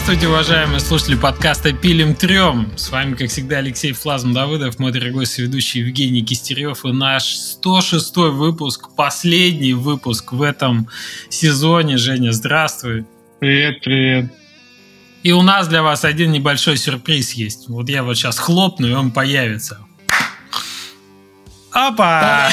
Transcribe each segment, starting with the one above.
Здравствуйте, уважаемые слушатели подкаста «Пилим трем». С вами, как всегда, Алексей Флазм-Давыдов, мой дорогой соведущий Евгений Кистерев и наш 106-й выпуск, последний выпуск в этом сезоне. Женя, здравствуй. Привет. И у нас для вас один небольшой сюрприз есть. Вот я вот сейчас хлопну, и он появится. Опа!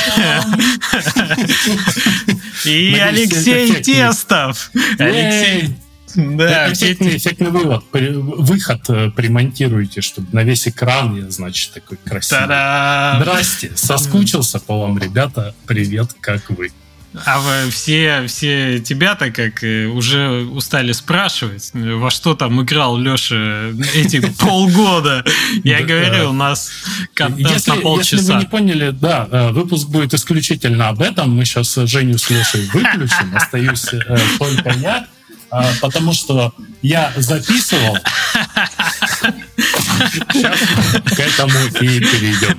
И Алексей Тестов. Алексей. Да, эффектный выход примонтируйте, чтобы на весь экран я, значит, такой красивый. Та-дам! Здрасте, соскучился по вам, ребята. Привет, как вы? А вы все тебя-то как уже устали спрашивать, во что там играл Леша эти полгода. Я говорю, у нас контент на полчаса. Если вы не поняли, да, выпуск будет исключительно об этом. Мы сейчас Женю с Лешей выключим, остаюсь только я. Потому что я записывал. Сейчас к этому и перейдем.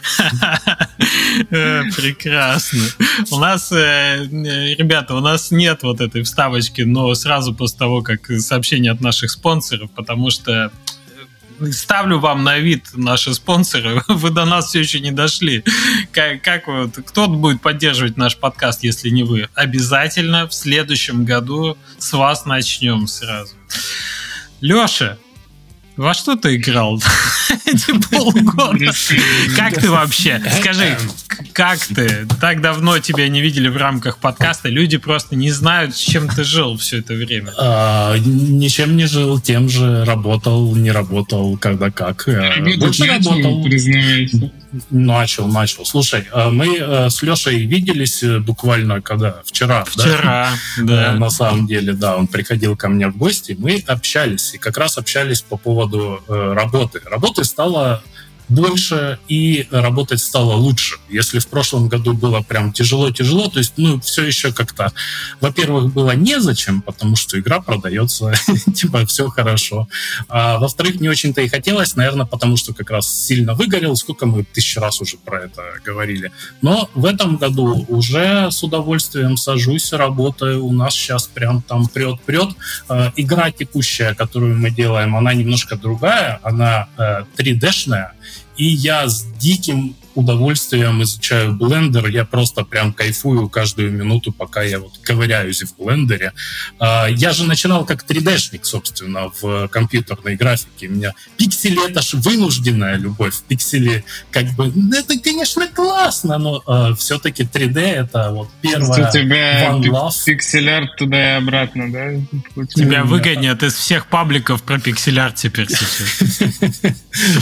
Прекрасно. У нас, ребята, у нас нет вот этой вставочки, но сразу после того, как сообщение от наших спонсоров, потому что ставлю вам на вид наши спонсоры, вы до нас все еще не дошли. Как вот, кто будет поддерживать наш подкаст, если не вы? Обязательно в следующем году с вас начнем сразу. Леша, во что ты играл эти полгода? Как ты вообще? Скажи, как ты? Так давно тебя не видели в рамках подкаста. Люди просто не знают, с чем ты жил все это время. Ничем не жил, тем же работал, не работал, когда как. Больше работал, признавайся. Начал. Слушай, мы с Лешей виделись буквально когда? Вчера, да. На самом деле, да, он приходил ко мне в гости, мы общались, и как раз общались по поводу работы. Работы стало больше, и работать стало лучше. Если в прошлом году было прям тяжело, то есть, все еще как-то, во-первых, было незачем, потому что игра продается, типа, все хорошо. А во-вторых, не очень-то и хотелось, наверное, потому что как раз сильно выгорел, сколько мы 1000 раз уже про это говорили. Но в этом году уже с удовольствием сажусь, работаю, у нас сейчас прям там прет. Игра текущая, которую мы делаем, она немножко другая, она 3D-шная, и я с диким удовольствием изучаю блендер. Я просто прям кайфую каждую минуту, пока я вот ковыряюсь в блендере. Я же начинал как 3D-шник, собственно, в компьютерной графике. У меня пиксели — это ж вынужденная любовь. Пиксели, как бы, это, конечно, классно, но все-таки 3D — это вот первое. У тебя пиксель-арт туда и обратно, да? Тебя выгонят из всех пабликов про пиксель-арт теперь сейчас.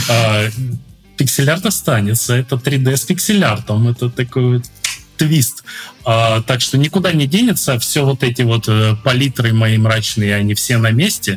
Пиксель-арт останется. Это 3D с пиксель-артом. Это такой вот твист. Так что никуда не денется. Все вот эти вот палитры мои мрачные, они все на месте.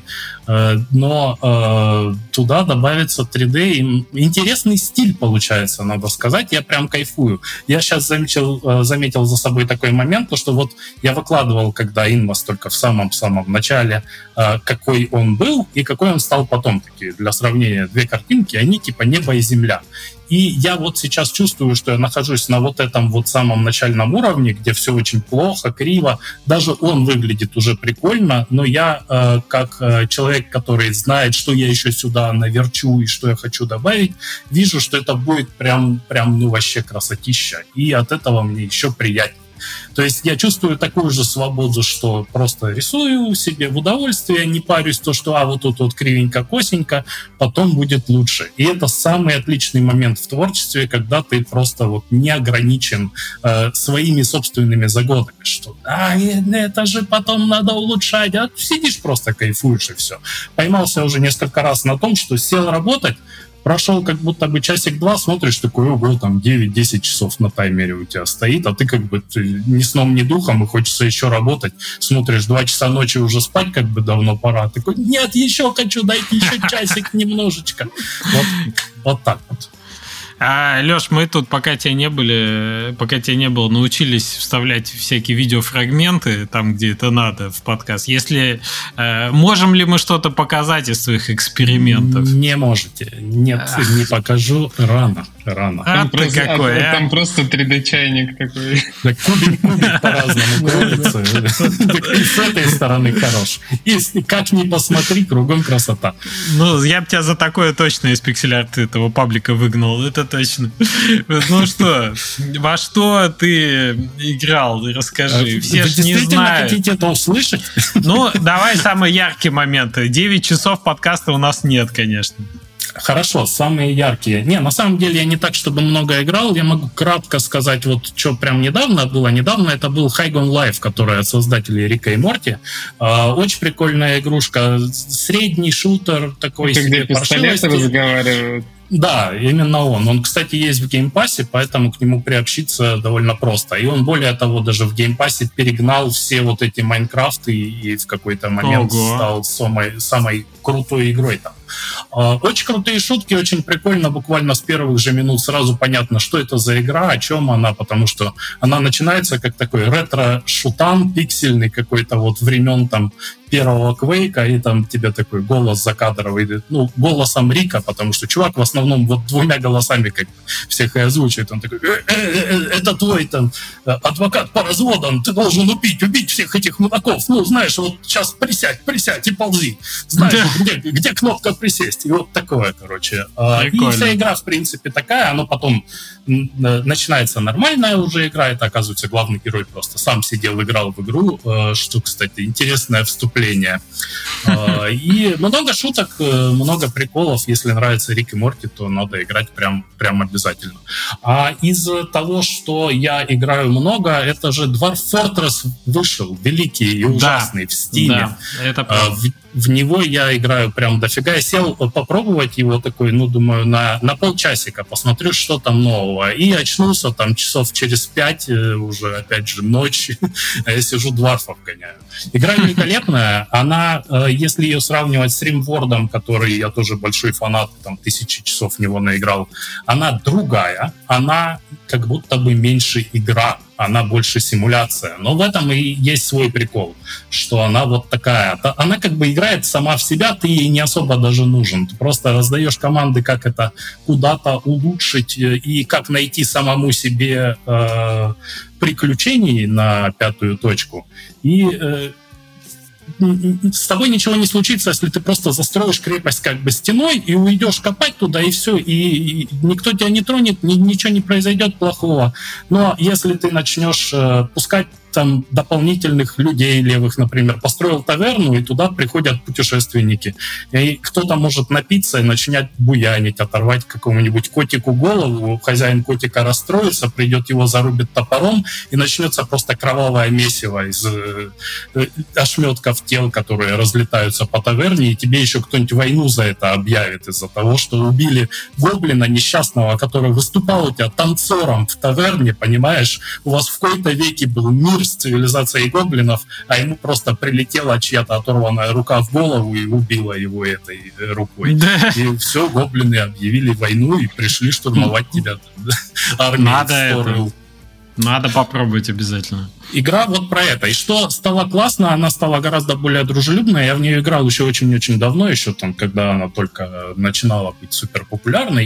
Но туда добавится 3D. И интересный стиль получается, надо сказать. Я прям кайфую. Я сейчас заметил за собой такой момент, то что вот я выкладывал, когда Инвас только в самом-самом начале, какой он был и какой он стал потом. Такие, для сравнения, 2 картинки, они типа небо и земля. И я вот сейчас чувствую, что я нахожусь на вот этом вот самом начальном уровне, где все очень плохо, криво. Даже он выглядит уже прикольно, но я, как человек, который знает, что я еще сюда наверчу и что я хочу добавить, вижу, что это будет прям вообще красотища. И от этого мне еще приятнее. То есть я чувствую такую же свободу, что просто рисую себе в удовольствие, не парюсь то, что вот тут вот кривенько-косенько, потом будет лучше. И это самый отличный момент в творчестве, когда ты просто вот не ограничен своими собственными загонами, что это же потом надо улучшать, а сидишь просто кайфуешь и все. Поймался уже несколько раз на том, что сел работать, прошел как будто бы часик-два, смотришь, такой, ого, там 9-10 часов на таймере у тебя стоит, а ты как бы ни сном, ни духом, и хочется еще работать. Смотришь, 2 часа ночи уже спать как бы давно пора. Такой, нет, еще хочу, дайте еще часик немножечко. Вот так вот. Леш, мы тут, пока тебя не было, научились вставлять всякие видеофрагменты там, где это надо, в подкаст. Можем ли мы что-то показать из своих экспериментов? Не можете. Нет, не покажу рано. Рано. А ты какой, а? Там просто 3D-чайник такой. Да, кубик по-разному крутится. И с этой стороны хорош. И как ни посмотри, кругом красота. Ну, я бы тебя за такое точно из пиксель-арта этого паблика выгнал, это точно. Ну что, во что ты играл? Расскажи. Все ж не знают. Хотите это услышать? Ну, давай самые яркие моменты. 9 часов подкаста у нас нет, конечно. Хорошо, самые яркие. Не, на самом деле я не так, чтобы много играл. Я могу кратко сказать, вот что прям недавно было. Недавно это был High Gone Life, который от создателей Рика и Морти. Очень прикольная игрушка. Средний шутер такой это себе. Где пистолеты разговаривают. Да, именно он. Он, кстати, есть в геймпассе, поэтому к нему приобщиться довольно просто. И он, более того, даже в геймпассе перегнал все вот эти Майнкрафты и в какой-то момент стал самой крутой игрой там. Очень крутые шутки, очень прикольно, буквально с первых же минут сразу понятно, что это за игра, о чем она, потому что она начинается как такой ретро-шутан пиксельный какой-то вот времен там первого Квейка, и там тебе такой голос закадровый, ну, голосом Рика, потому что чувак в основном вот двумя голосами как всех и озвучивает. Он такой, это твой там адвокат по разводам, ты должен убить всех этих мудаков, ну, знаешь, вот сейчас присядь и ползи, знаешь, где кнопка присесть, и вот такое, короче. Прикольно. И вся игра, в принципе, такая, но потом начинается нормальная уже игра, это, оказывается, главный герой просто сам сидел, играл в игру, что, кстати, интересное вступление. И много шуток, много приколов. Если нравится Рик и Морти, то надо играть прям обязательно. А из того, что я играю много, это же Dwarf Fortress вышел, великий и ужасный, в Steam. Да, это правда. В него я играю прям дофига. Я сел попробовать его такой, ну, думаю, на полчасика, посмотрю, что там нового. И очнулся там часов через 5, уже, опять же, ночь, а я сижу дварфов гоняю. Игра великолепная. Она, если ее сравнивать с RimWorld, который я тоже большой фанат, там, 1000 часов в него наиграл, она другая, она как будто бы меньше игра, она больше симуляция. Но в этом и есть свой прикол, что она вот такая. Она как бы играет сама в себя, ты ей не особо даже нужен. Ты просто раздаешь команды, как это куда-то улучшить и как найти самому себе приключений на 5-ю точку. И с тобой ничего не случится, если ты просто застроишь крепость как бы стеной и уйдешь копать туда, и все, и никто тебя не тронет, ничего не произойдет плохого. Но если ты начнешь пускать там дополнительных людей левых, например, построил таверну, и туда приходят путешественники. И кто-то может напиться и начинать буянить, оторвать какому-нибудь котику голову, хозяин котика расстроится, придет, его зарубит топором, и начнется просто кровавое месиво из ошметков тел, которые разлетаются по таверне, и тебе еще кто-нибудь войну за это объявит из-за того, что убили гоблина несчастного, который выступал у тебя танцором в таверне, понимаешь? У вас в какой-то веке был мир с цивилизацией гоблинов, а ему просто прилетела чья-то оторванная рука в голову и убила его этой рукой. Да. И все, гоблины объявили войну и пришли штурмовать тебя. Армию. Надо попробовать обязательно. Игра вот про это. И что стало классно, она стала гораздо более дружелюбной. Я в нее играл еще очень-очень давно, еще там, когда она только начинала быть суперпопулярной,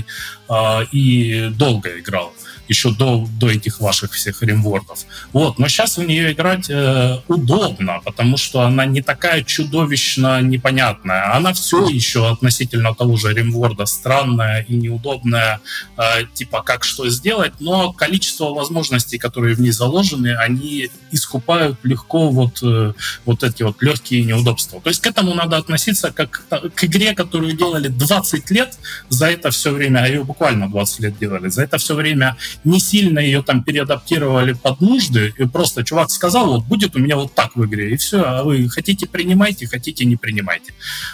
и долго играл. Еще до этих ваших всех римвордов. Вот. Но сейчас в нее играть удобно, потому что она не такая чудовищно непонятная. Она все еще относительно того же римворда странная и неудобная, типа как что сделать, но количество возможностей, которые в ней заложены, они искупают легко вот эти вот легкие неудобства. То есть к этому надо относиться как к игре, которую делали 20 лет, за это все время, а ее буквально 20 лет делали, за это все время не сильно ее там переадаптировали под нужды, и просто чувак сказал, вот будет у меня вот так в игре, и все, а вы хотите принимайте, хотите не принимайте.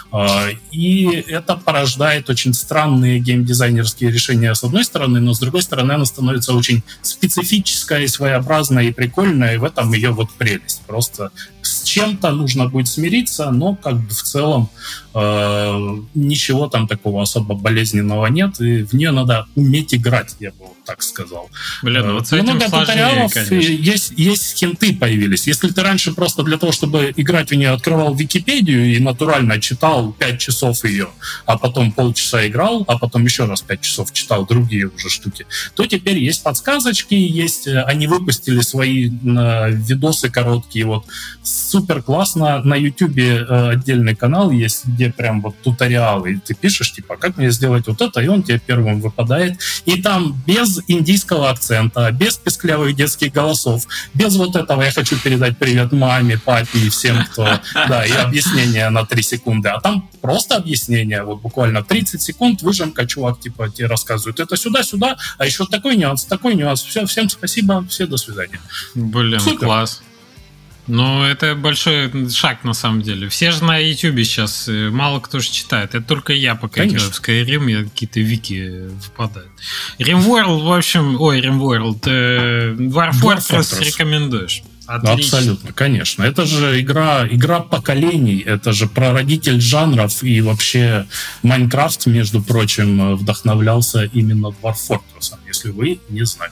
И это порождает очень странные геймдизайнерские решения с одной стороны, но с другой стороны она становится очень специфическая, своеобразная и прикольная, и в этом ее вот прелесть. Просто чем-то нужно будет смириться, но как бы в целом ничего там такого особо болезненного нет, и в нее надо уметь играть, я бы вот так сказал. Блин, вот с этим много сложнее, туториалов, есть хинты появились. Если ты раньше просто для того, чтобы играть в нее, открывал Википедию и натурально читал 5 часов ее, а потом полчаса играл, а потом еще раз 5 часов читал другие уже штуки, то теперь есть подсказочки, они выпустили свои видосы короткие, вот супер классно. На Ютубе отдельный канал есть, где прям вот туториалы, и ты пишешь, типа, как мне сделать вот это, и он тебе первым выпадает. И там без индийского акцента, без песклявых детских голосов, без вот этого «я хочу передать привет маме, папе и всем, кто...» Да, и объяснение на 3 секунды. А там просто объяснение, вот буквально 30 секунд, выжимка, чувак, типа, тебе рассказывает это сюда, а еще такой нюанс. Все, всем спасибо, все, до свидания. Блин, Супер. Класс. Ну, это большой шаг, на самом деле. Все же на YouTube сейчас, мало кто же читает. Это только я пока играю в Skyrim, я какие-то вики выпадают. RimWorld, в общем... Ой, RimWorld. Dwarf Fortress рекомендуешь? Отлично. Абсолютно, конечно. Это же игра поколений, это же прародитель жанров, и вообще Майнкрафт, между прочим, вдохновлялся именно Dwarf Fortress, если вы не знали.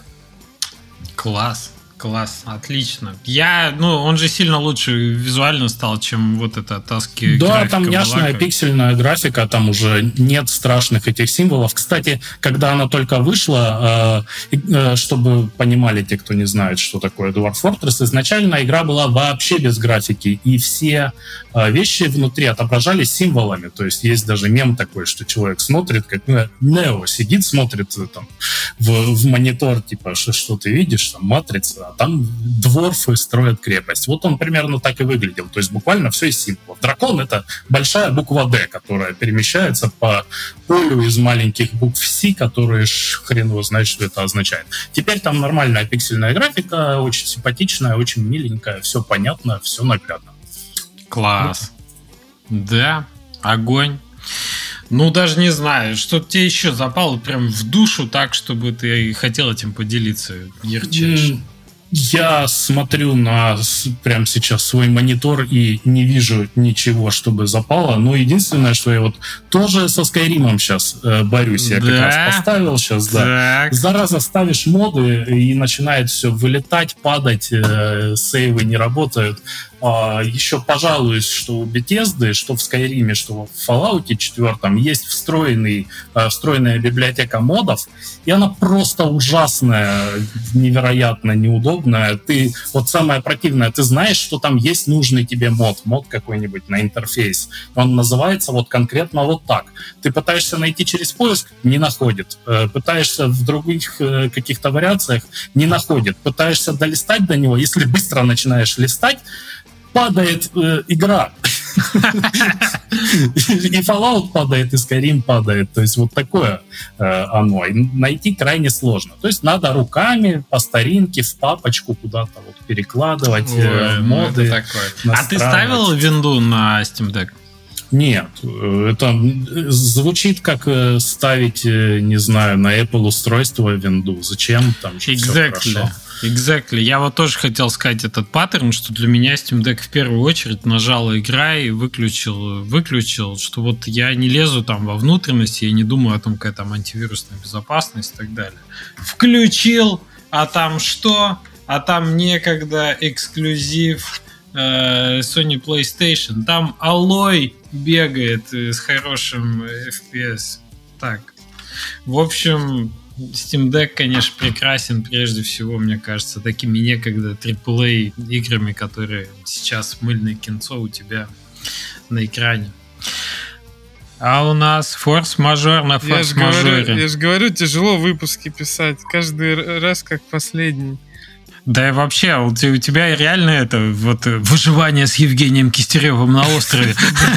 Класс, отлично. Он же сильно лучше визуально стал, чем вот эта таски. Да, там няшная пиксельная графика, там уже нет страшных этих символов. Кстати, когда она только вышла, чтобы понимали те, кто не знает, что такое Dwarf Fortress, изначально игра была вообще без графики, и все вещи внутри отображались символами. То есть есть даже мем такой, что человек смотрит, как Нео сидит, смотрит там в монитор, типа, что ты видишь, там матрица, а там дворфы строят крепость. Вот он примерно так и выглядел. То есть буквально все из символов. Дракон — это большая буква «Д», которая перемещается по полю из маленьких букв «С», которые хрен его знает, что это означает. Теперь там нормальная пиксельная графика, очень симпатичная, очень миленькая, все понятно, все наглядно. Класс. Да, огонь. Ну, даже не знаю, что тебе еще запало прям в душу так, чтобы ты хотел этим поделиться ярчайше. Я смотрю на прямо сейчас свой монитор и не вижу ничего, чтобы запало. Но единственное, что я вот тоже со Skyrim'ом сейчас борюсь. Я как раз поставил сейчас, да. Зараза, ставишь моды, и начинает все вылетать, падать, сейвы не работают. Еще пожалуюсь, что у Bethesda, что в Skyrim, что в Fallout 4 есть встроенная библиотека модов, и она просто ужасная, невероятно неудобная. Вот самое противное, ты знаешь, что там есть нужный тебе мод какой-нибудь на интерфейс. Он называется вот конкретно вот так. Ты пытаешься найти через поиск — не находит. Пытаешься в других каких-то вариациях — не находит. Пытаешься долистать до него, если быстро начинаешь листать, падает игра. И Fallout падает, и Skyrim падает. То есть вот такое оно. И найти крайне сложно. То есть надо руками по старинке в папочку куда-то вот перекладывать моды. А ты ставил винду на Steam Deck? Нет, это звучит как ставить, не знаю, на Apple устройство винду. Зачем? Там же все хорошо. Exactly. Я вот тоже хотел сказать этот паттерн, что для меня Steam Deck в первую очередь нажал «Играй», выключил, что вот я не лезу там во внутренности, я не думаю о том, какая там антивирусная безопасность и так далее. Включил, а там что? А там некогда эксклюзив Sony PlayStation. Там Aloy бегает с хорошим FPS. Так. В общем, Steam Deck, конечно, прекрасен прежде всего, мне кажется, такими некогда AAA играми, которые сейчас мыльное кинцо у тебя на экране. А у нас форс-мажор на форс-мажоре. Я же говорю, тяжело выпуски писать. Каждый раз как последний. Да и вообще, у тебя реально это вот выживание с Евгением Кистеревым на острове.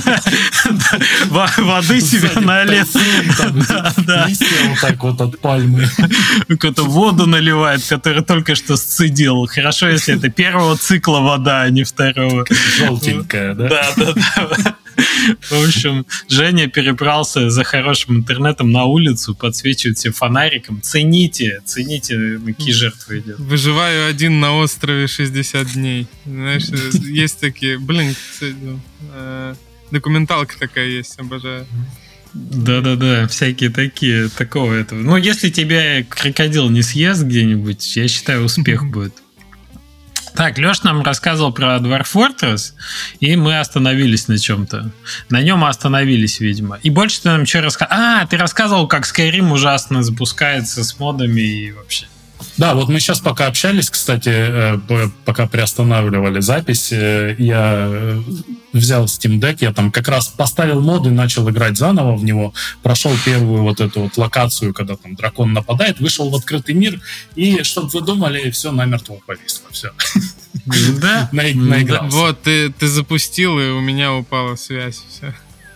Воды себе налет. Листья вот так вот от пальмы. Какую-то воду наливает, которую только что сцедил. Хорошо, если это первого цикла вода, а не второго. Желтенькая, да? Да. В общем, Женя перебрался за хорошим интернетом на улицу, подсвечивает себе фонариком. Цените, на какие жертвы идет. Выживаю один на острове 60 дней. Знаешь, есть такие... Блин, кстати, документалка такая есть, обожаю. Да, всякие такие, такого этого. Ну, если тебя крокодил не съест где-нибудь, я считаю, успех будет. Так, Лёш нам рассказывал про Dwarf Fortress, и мы остановились на чем-то. На нем мы остановились, видимо. И больше ты нам что рассказывал? Ты рассказывал, как Skyrim ужасно запускается с модами и вообще. Да, вот мы сейчас пока общались, кстати, пока приостанавливали запись, я взял Steam Deck, я там как раз поставил моды, начал играть заново в него, прошел первую вот эту вот локацию, когда там дракон нападает, вышел в открытый мир, и, чтобы вы думали, все намертво повисло, все. Да? Наигрался. Вот, ты запустил, и у меня упала связь, все.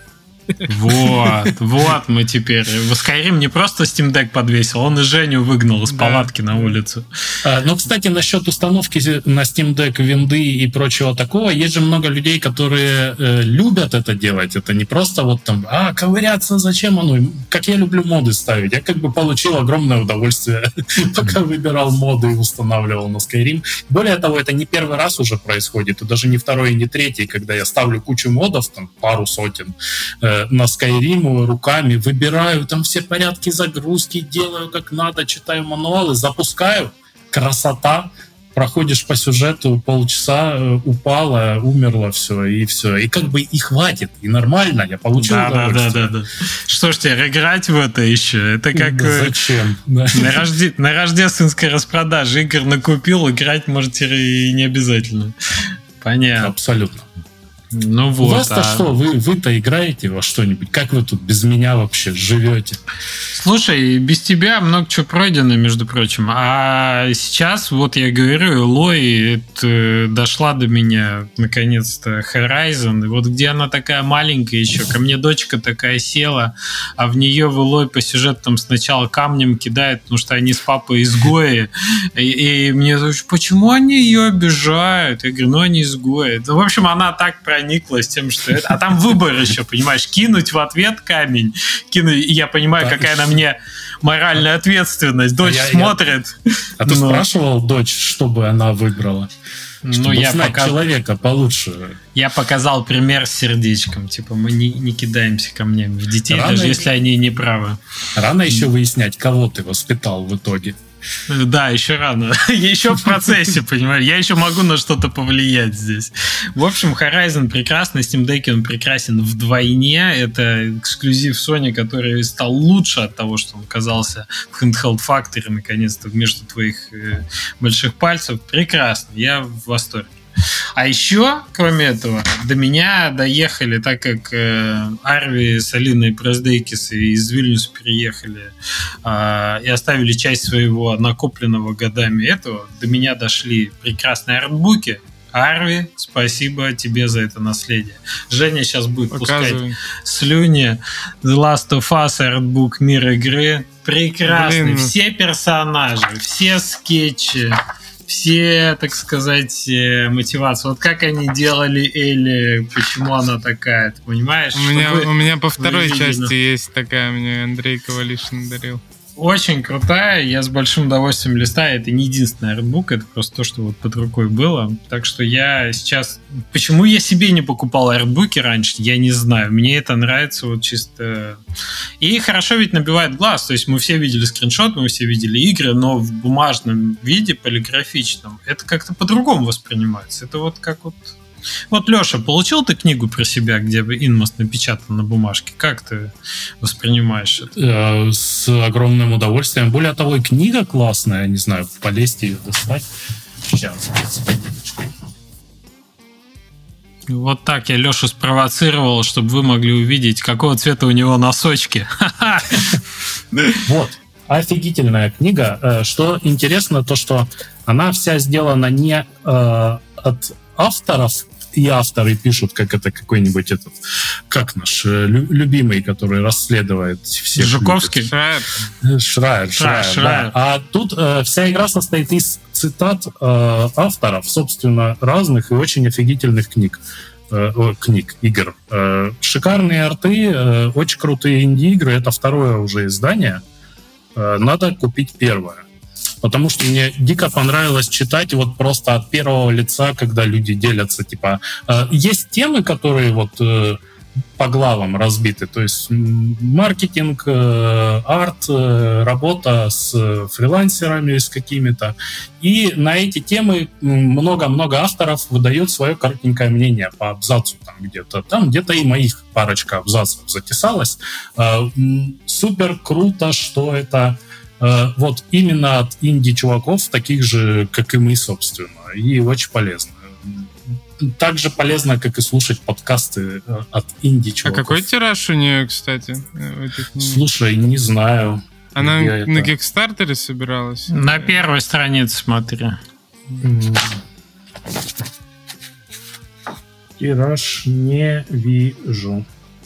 Вот мы теперь. Skyrim не просто Steam Deck подвесил, он и Женю выгнал из палатки на улицу. Ну, кстати, насчет установки на Steam Deck винды и прочего такого, есть же много людей, которые любят это делать. Это не просто вот там, ковыряться, зачем оно? Как я люблю моды ставить. Я как бы получил огромное удовольствие, пока выбирал моды и устанавливал на Skyrim. Более того, это не первый раз уже происходит, и даже не второй и не третий, когда я ставлю кучу модов, там пару сотен, на Skyrim руками, выбираю там все порядки загрузки, делаю как надо, читаю мануалы, запускаю, красота, проходишь по сюжету, полчаса упало, умерло, все. И как бы и хватит, и нормально, я получил удовольствие. Да. Что ж тебе, играть в это еще? Это как... Зачем? На рождественской распродаже игр накупил, играть можете и не обязательно. Понятно. Абсолютно. Ну вот. У вас-то что? Вы-то играете во что-нибудь? Как вы тут без меня вообще живете? Слушай, без тебя много чего пройдено, между прочим. А сейчас, вот я говорю, Элой дошла до меня, наконец-то, Horizon. И вот где она такая маленькая еще, ко мне дочка такая села, а в нее в Элой по сюжету там сначала камнем кидает, потому что они с папой изгои. И мне, почему они ее обижают? Я говорю, они изгои. В общем, она так прониклась тем, что это... А там выбор еще, понимаешь, кинуть в ответ камень. И я понимаю, какая на мне моральная ответственность. Дочь смотрит. А ты спрашивал дочь, чтобы она выбрала? Чтобы я знать человека получше. Я показал пример с сердечком. Типа мы не кидаемся камнями в детей, даже если они не правы. Рано еще выяснять, кого ты воспитал в итоге. Да, еще рано. Еще в процессе, понимаешь. Я еще могу на что-то повлиять здесь. В общем, Horizon прекрасный, Steam Deck он прекрасен вдвойне. Это эксклюзив Sony, который стал лучше от того, что он оказался в Handheld Factory, наконец-то, между твоих больших пальцев. Прекрасно, я в восторге. А еще, кроме этого, до меня доехали, так как Арви с Алиной Прездейкис из Вильнюса переехали и оставили часть своего накопленного годами этого, до меня дошли прекрасные артбуки. Арви, спасибо тебе за это наследие. Женя сейчас будет пускать слюни. The Last of Us артбук «Мир игры». Прекрасный. Все персонажи, все скетчи, все, так сказать, мотивации. Вот как они делали Элли, почему она такая, ты понимаешь? У меня по второй части есть такая, мне Андрей Ковалишин дарил. Очень крутая, я с большим удовольствием листаю. Это не единственный артбук, это просто то, что вот под рукой было. Так что я сейчас... Почему я себе не покупал артбуки раньше, я не знаю. Мне это нравится вот чисто... И хорошо ведь набивает глаз. То есть мы все видели скриншоты, мы все видели игры, но в бумажном виде, полиграфичном, это как-то по-другому воспринимается. Это вот как вот... Вот, Леша, получил ты книгу про себя, где Инмост напечатан на бумажке? Как ты воспринимаешь это? С огромным удовольствием. Более того, и книга классная, не знаю, полезть ее достать. Сейчас. Вот так я Лешу спровоцировал, чтобы вы могли увидеть, какого цвета у него носочки. Вот. Офигительная книга. Что интересно, то, что она вся сделана не от авторов, и авторы пишут, как это какой-нибудь этот, как наш любимый, который расследует всех. Жуковский? Шрайер, да. А тут вся игра состоит из цитат авторов, собственно, разных и очень офигительных книг. игр. Шикарные арты, очень крутые инди-игры. Это второе уже издание. Надо купить первое. Потому что мне дико понравилось читать вот просто от первого лица, когда люди делятся. Типа, есть темы, которые вот по главам разбиты. То есть маркетинг, арт, работа с фрилансерами, с какими-то. И на эти темы много-много авторов выдает свое коротенькое мнение по абзацу там где-то. Там где-то и моих парочка абзацев затесалось. Супер круто, что это вот именно от инди-чуваков, таких же, как и мы, собственно. И очень полезно. Так же полезно, как и слушать подкасты от инди-чуваков. А какой тираж у нее, кстати? Слушай, не знаю. Она на Кикстартере собиралась? На первой странице смотри. Тираж не вижу.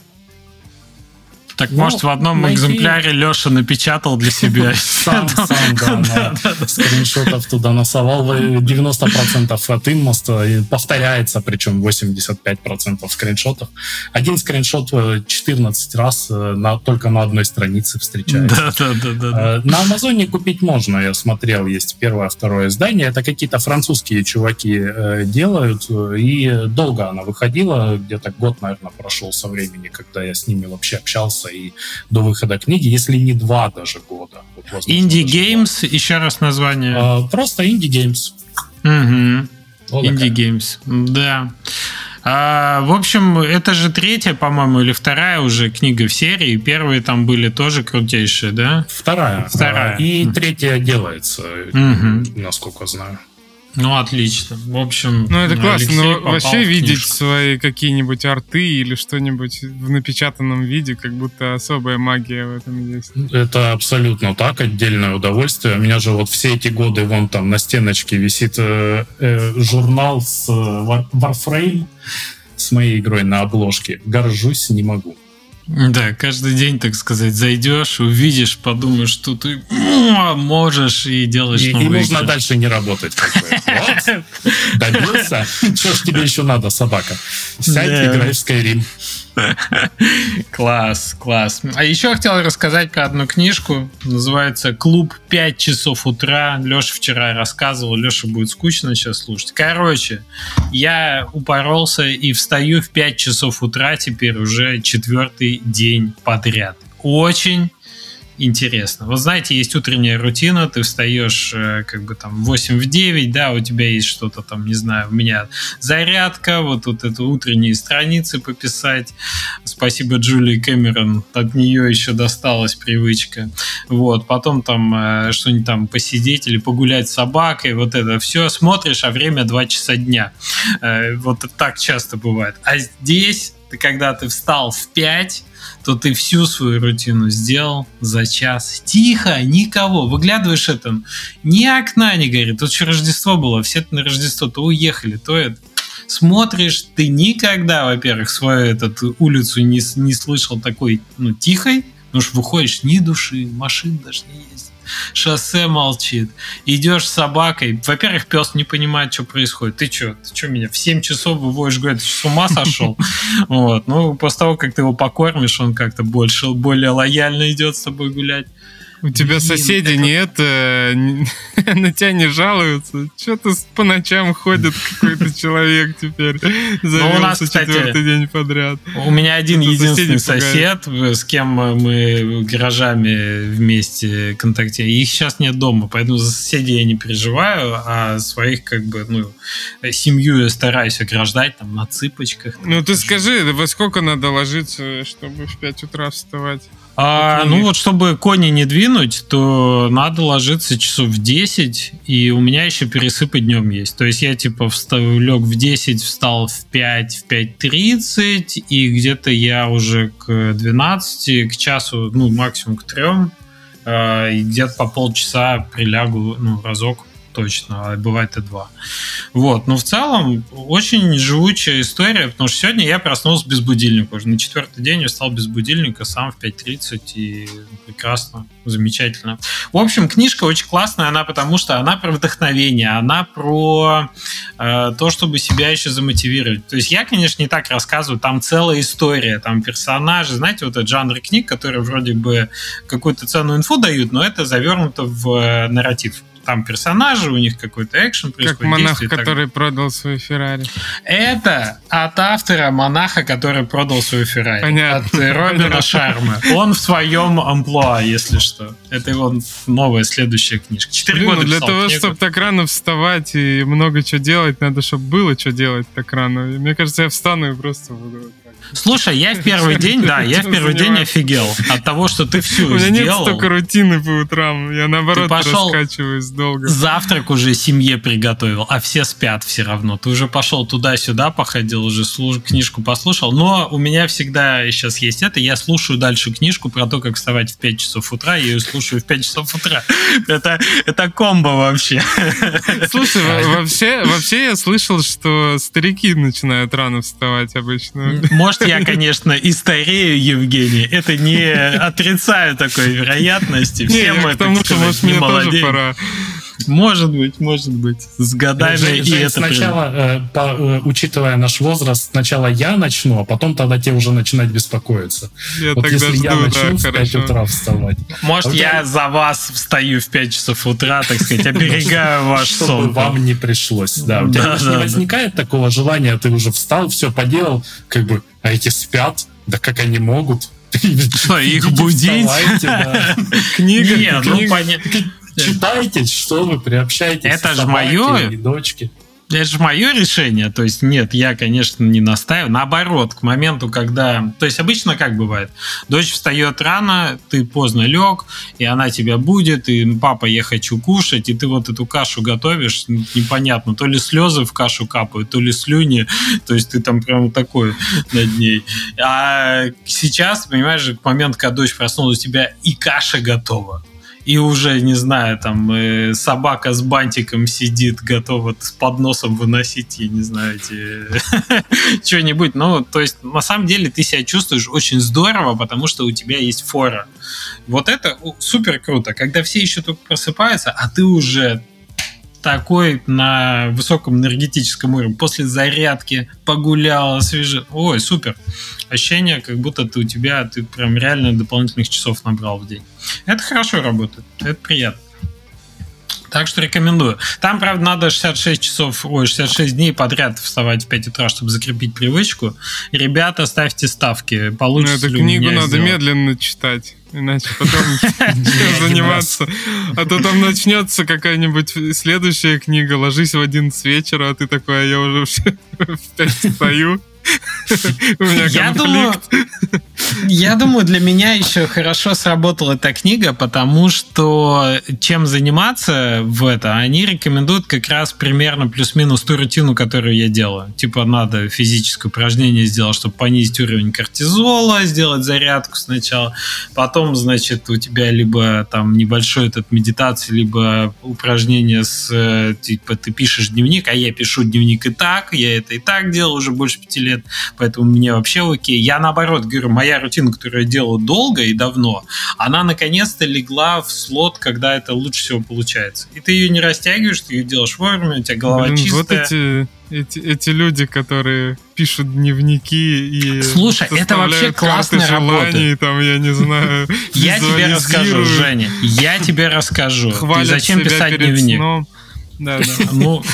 Так, может, в одном экземпляре Леша напечатал для себя. Сам, да. Скриншотов туда насовал. 90% от инмоста. И повторяется, причем 85% скриншотов. Один скриншот 14 раз только на одной странице встречается. Да. На Амазоне купить можно. Я смотрел, есть первое, второе издание. Это какие-то французские чуваки делают. И долго она выходила. Где-то год, наверное, прошел со времени, когда я с ними вообще общался. И до выхода книги, если не 2 даже года. Вот, Indie Games, еще раз название. Просто Indie Games. Угу. Вот Indie Games, да. В общем, это же 3-я, по-моему, или 2-я уже книга в серии. Первые там были тоже крутейшие, да? Вторая. И 3-я делается, насколько знаю. Ну, отлично. В общем, ну, это классно. Но вообще видеть свои какие-нибудь арты или что-нибудь в напечатанном виде, как будто особая магия в этом есть. Это абсолютно так, отдельное удовольствие. У меня же вот все эти годы вон там на стеночке висит журнал с Warframe, с моей игрой на обложке. Горжусь не могу. Да, каждый день, так сказать, зайдешь, увидишь, подумаешь, что ты можешь и делаешь новые игры. И нужно дальше не работать. Вот, добился. Что ж тебе еще надо, собака? Сядь, играй в Skyrim. Класс. А еще я хотел рассказать про одну книжку. Называется «Клуб 5 часов утра». Леша вчера рассказывал. Леша будет скучно сейчас слушать. Короче, я упоролся и встаю в 5 часов утра теперь уже 4-й день подряд. Очень интересно. Вот знаете, есть утренняя рутина, ты встаешь как бы там в 8-9, да, у тебя есть что-то там, не знаю, у меня зарядка, вот это утренние страницы пописать. Спасибо Джулии Кэмерон, от нее еще досталась привычка. Вот, потом там что-нибудь там посидеть или погулять с собакой, вот это все. Смотришь, а время 2 часа дня. Вот так часто бывает. А здесь, когда ты встал в 5, то ты всю свою рутину сделал за час. Тихо, никого. Выглядываешь это, ни окна не горит. Тут еще Рождество было, все на Рождество то уехали, то это. Смотришь, ты никогда, во-первых, свою улицу не слышал такой, тихой, потому что выходишь, ни души, машин даже не ездит. Шоссе молчит. Идешь с собакой. Во-первых, пес не понимает, что происходит. Ты что меня в 7 часов выводишь, говорит, ты с ума сошел? Вот. Ну, после того, как ты его покормишь, он как-то более лояльно идет с тобой гулять. У тебя соседи нет, на тебя не жалуются. Что-то по ночам ходит какой-то человек теперь. Завелся 4-й день подряд. У меня один единственный сосед, с кем мы гаражами вместе контактируем. Их сейчас нет дома, поэтому за соседей я не переживаю, а своих как бы, семью я стараюсь ограждать там на цыпочках. Ты скажи, во сколько надо ложиться, чтобы в 5 утра вставать? Вот чтобы кони не двинуть, то надо ложиться часов в 10, и у меня еще пересыпы днем есть. То есть я лег в 10, встал в 5, в 5:30, и где-то я уже к 12, к часу, максимум к 3, и где-то по полчаса прилягу, разок точно, а бывает и 2. Вот, но в целом очень живучая история, потому что сегодня я проснулся без будильника. Уже на 4-й день я встал без будильника, сам в 5:30, и прекрасно, замечательно. В общем, книжка очень классная, потому что она про вдохновение, она про то, чтобы себя еще замотивировать. То есть я, конечно, не так рассказываю, там целая история, там персонажи, знаете, вот этот жанр книг, которые вроде бы какую-то ценную инфу дают, но это завернуто в нарратив. Там персонажи, у них какой-то экшен происходит. Как монах, который продал свою Феррари. Это от автора монаха, который продал свою Феррари. Понятно. От Робина Шарма. Он в своем амплуа, если что. Это его новая следующая книжка. 4 года для писал того, книгу. чтобы так рано вставать и много чего делать, надо, чтобы было что делать так рано. И мне кажется, я встану и просто буду... Слушай, я в первый день, день офигел от того, что ты всю сделал. У меня нет столько рутины по утрам. Я, наоборот, раскачиваюсь долго. Завтрак уже семье приготовил, а все спят все равно. Ты уже пошел туда-сюда, походил, уже книжку послушал. Но у меня всегда сейчас есть это. Я слушаю дальше книжку про то, как вставать в 5 часов утра. Я ее слушаю в 5 часов утра. Это комбо вообще. Слушай, вообще я слышал, что старики начинают рано вставать обычно. Может, я, конечно, и старею, Евгений. Это не отрицаю такой вероятности. Все мы, так сказать, не молодеем. Пора. Может быть. С годами Жень, и это сначала, учитывая наш возраст, сначала я начну, а потом тогда тебе уже начинать беспокоиться. Вот если я начну в 5 утра вставать. Может, я за вас встаю в 5 часов утра, так сказать, оберегаю ваш сон. Чтобы вам не пришлось. Да. У тебя не возникает такого желания, ты уже встал, все поделал, как бы, а эти спят, да как они могут? Что, их будить? Книга. Читайте, что вы приобщаетесь. Это же мое. Дочки. Это же мое решение. То есть, нет, я, конечно, не настаиваю. Наоборот, к моменту, когда... То есть, обычно как бывает? Дочь встает рано, ты поздно лег, и она тебя будет, и папа, я хочу кушать, и ты вот эту кашу готовишь, непонятно, то ли слезы в кашу капают, то ли слюни, то есть ты там прям такой над ней. А сейчас, понимаешь, к моменту, когда дочь проснулась, у тебя и каша готова. И уже, не знаю, там собака с бантиком сидит, готова с подносом выносить, я не знаю, что-нибудь. Ну, то есть, на самом деле, ты себя чувствуешь очень здорово, потому что у тебя есть фора. Вот это супер круто, когда все еще только просыпаются, а ты уже такой на высоком энергетическом уровне. После зарядки погулял, освежил. Ой, супер. Ощущение, как будто ты прям реально дополнительных часов набрал в день. Это хорошо работает. Это приятно. Так что рекомендую. Там, правда, надо 66 дней подряд вставать в 5 утра, чтобы закрепить привычку. Ребята, ставьте ставки. Получится эту книгу надо медленно читать. Иначе потом заниматься. А то там начнется какая-нибудь следующая книга, ложись в 11 вечера, а ты такой, а я уже в 5 встаю. У меня конфликт. Я думаю, для меня еще хорошо сработала эта книга, потому что чем заниматься в это, они рекомендуют как раз примерно плюс-минус ту рутину, которую я делаю. Типа надо физическое упражнение сделать, чтобы понизить уровень кортизола, сделать зарядку сначала, потом, значит, у тебя либо там небольшой этот медитация, либо упражнение типа ты пишешь дневник, а я пишу дневник и так, я это и так делал уже больше 5 лет. Поэтому мне вообще окей. Я наоборот говорю, моя рутина, которую я делаю долго и давно, она наконец-то легла в слот, когда это лучше всего получается. И ты ее не растягиваешь, ты ее делаешь вовремя, у тебя голова чистая. Вот эти люди, которые пишут дневники и слушай, это вообще классная работа. Там, я не знаю, я тебе расскажу, Женя. Я тебе расскажу. Ты зачем писать дневник? Да. Ну,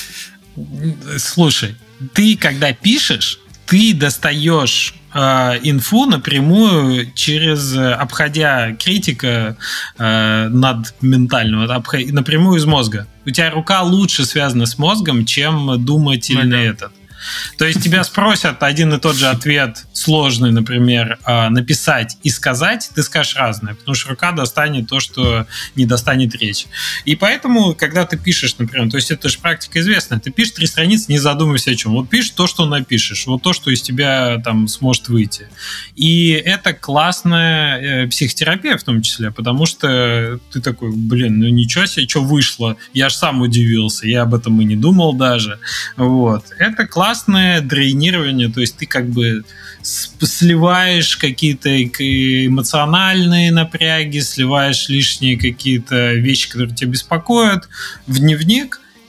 слушай, ты, когда пишешь, ты достаешь инфу напрямую обходя критика надментального, напрямую из мозга. У тебя рука лучше связана с мозгом, чем думательный этот. То есть тебя спросят один и тот же ответ сложный, например, написать и сказать, ты скажешь разное, потому что рука достанет то, что не достанет речь. И поэтому, когда ты пишешь, например, то есть это же практика известная, ты пишешь 3 страницы, не задумывайся о чем. Вот пишешь то, что напишешь, вот то, что из тебя там сможет выйти. И это классная психотерапия в том числе, потому что ты такой, ну ничего себе, что вышло, я аж сам удивился, я об этом и не думал даже. Вот. Это классно. Классное дрейнирование, то есть ты как бы сливаешь какие-то эмоциональные напряги, сливаешь лишние какие-то вещи, которые тебя беспокоят, в дневник,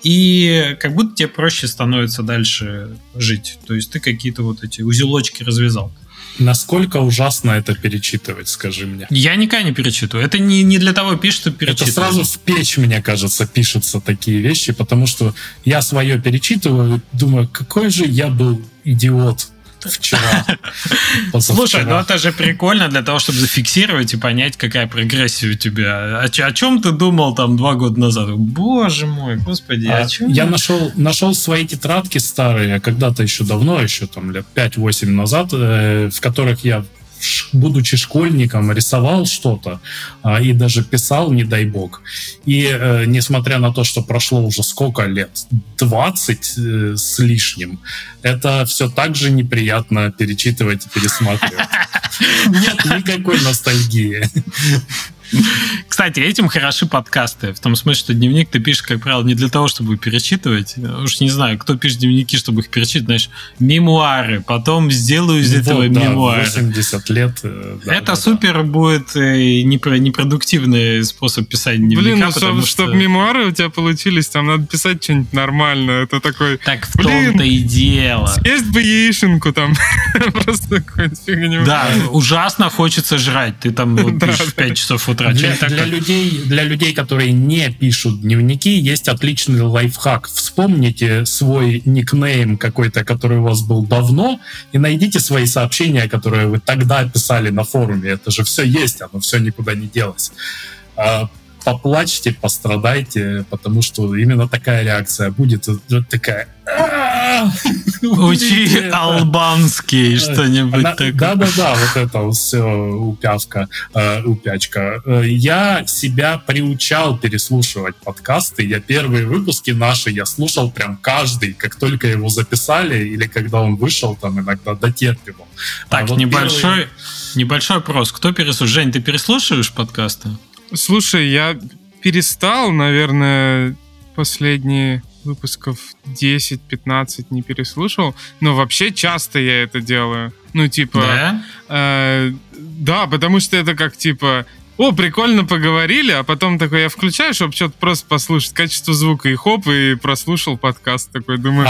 и как будто тебе проще становится дальше жить. То есть ты какие-то вот эти узелочки развязал. Насколько ужасно это перечитывать, скажи мне? Я никогда не перечитываю. Это не для того пишет, чтобы перечитывать. Это сразу в печь, мне кажется, пишутся такие вещи, потому что я свое перечитываю, думаю, какой же я был идиот вчера. Слушай, ну это же прикольно для того, чтобы зафиксировать и понять, какая прогрессия у тебя. О чем ты думал там 2 года назад? Боже мой, господи, о чем? Я нашел свои тетрадки старые, когда-то еще давно, еще там лет 5-8 назад, в которых я, будучи школьником, рисовал что-то и даже писал, не дай бог. И несмотря на то, что прошло уже сколько лет, 20 с лишним, это все так же неприятно перечитывать и пересматривать. Нет никакой ностальгии. Кстати, этим хороши подкасты. В том смысле, что дневник ты пишешь, как правило, не для того, чтобы перечитывать. Уж не знаю, кто пишет дневники, чтобы их перечитывать. Знаешь, мемуары. Потом сделаю из этого мемуары. 80 лет. Это супер будет непродуктивный способ писать дневника. Блин, чтобы мемуары у тебя получились, там надо писать что-нибудь нормальное. Это такой... Так в том-то и дело. Съесть бы яишенку там. Просто какую-нибудь фигню. Да, ужасно хочется жрать. Ты там пишешь в 5 часов утра. Для людей, которые не пишут дневники, есть отличный лайфхак. Вспомните свой никнейм какой-то, который у вас был давно, и найдите свои сообщения, которые вы тогда писали на форуме. Это же все есть, оно все никуда не делось. Поплачьте, пострадайте, потому что именно такая реакция будет. Такая... Учи албанский, что-нибудь такое. Да-да-да, вот это все упячка. Я себя приучал переслушивать подкасты. Я первые выпуски наши, я слушал прям каждый, как только его записали, или когда он вышел, там иногда дотерпевал. Так, вот небольшой вопрос. Кто переслушивает? Жень, ты переслушиваешь подкасты? Слушай, я перестал, наверное, последние выпусков 10-15 не переслушал, но вообще часто я это делаю. Ну, типа... Да? Да, потому что это как, типа... О, прикольно поговорили, а потом такой я включаю, чтобы что-то просто послушать качество звука, и хоп, и прослушал подкаст такой. Думаю,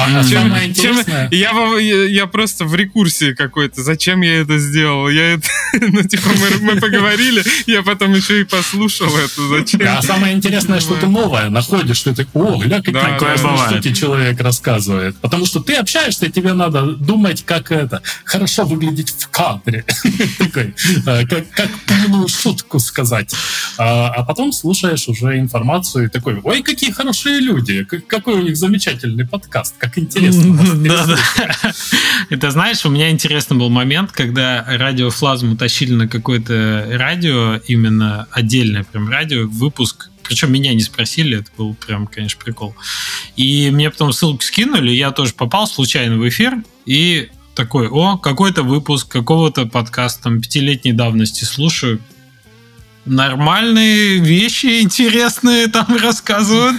я просто в рекурсии какой-то. Зачем я это сделал? Ну, типа, мы поговорили, я потом еще и послушал это. Зачем? А самое интересное, что ты новое находишь, что ты, гля, какое что тебе человек рассказывает. Потому что ты общаешься, и тебе надо думать, как это, хорошо выглядеть в кадре. Такой, как полную шутку сказать. А потом слушаешь уже информацию и такой, ой, какие хорошие люди, какой у них замечательный подкаст, как интересно. Да. Это, знаешь, у меня интересный был момент, когда радио Флазму тащили на какое-то радио, именно отдельное прям радио, выпуск. Причем меня не спросили, это был прям, конечно, прикол. И мне потом ссылку скинули, я тоже попал случайно в эфир, и такой, какой-то выпуск какого-то подкаста, там, 5-летней давности слушаю. Нормальные вещи интересные там рассказывают.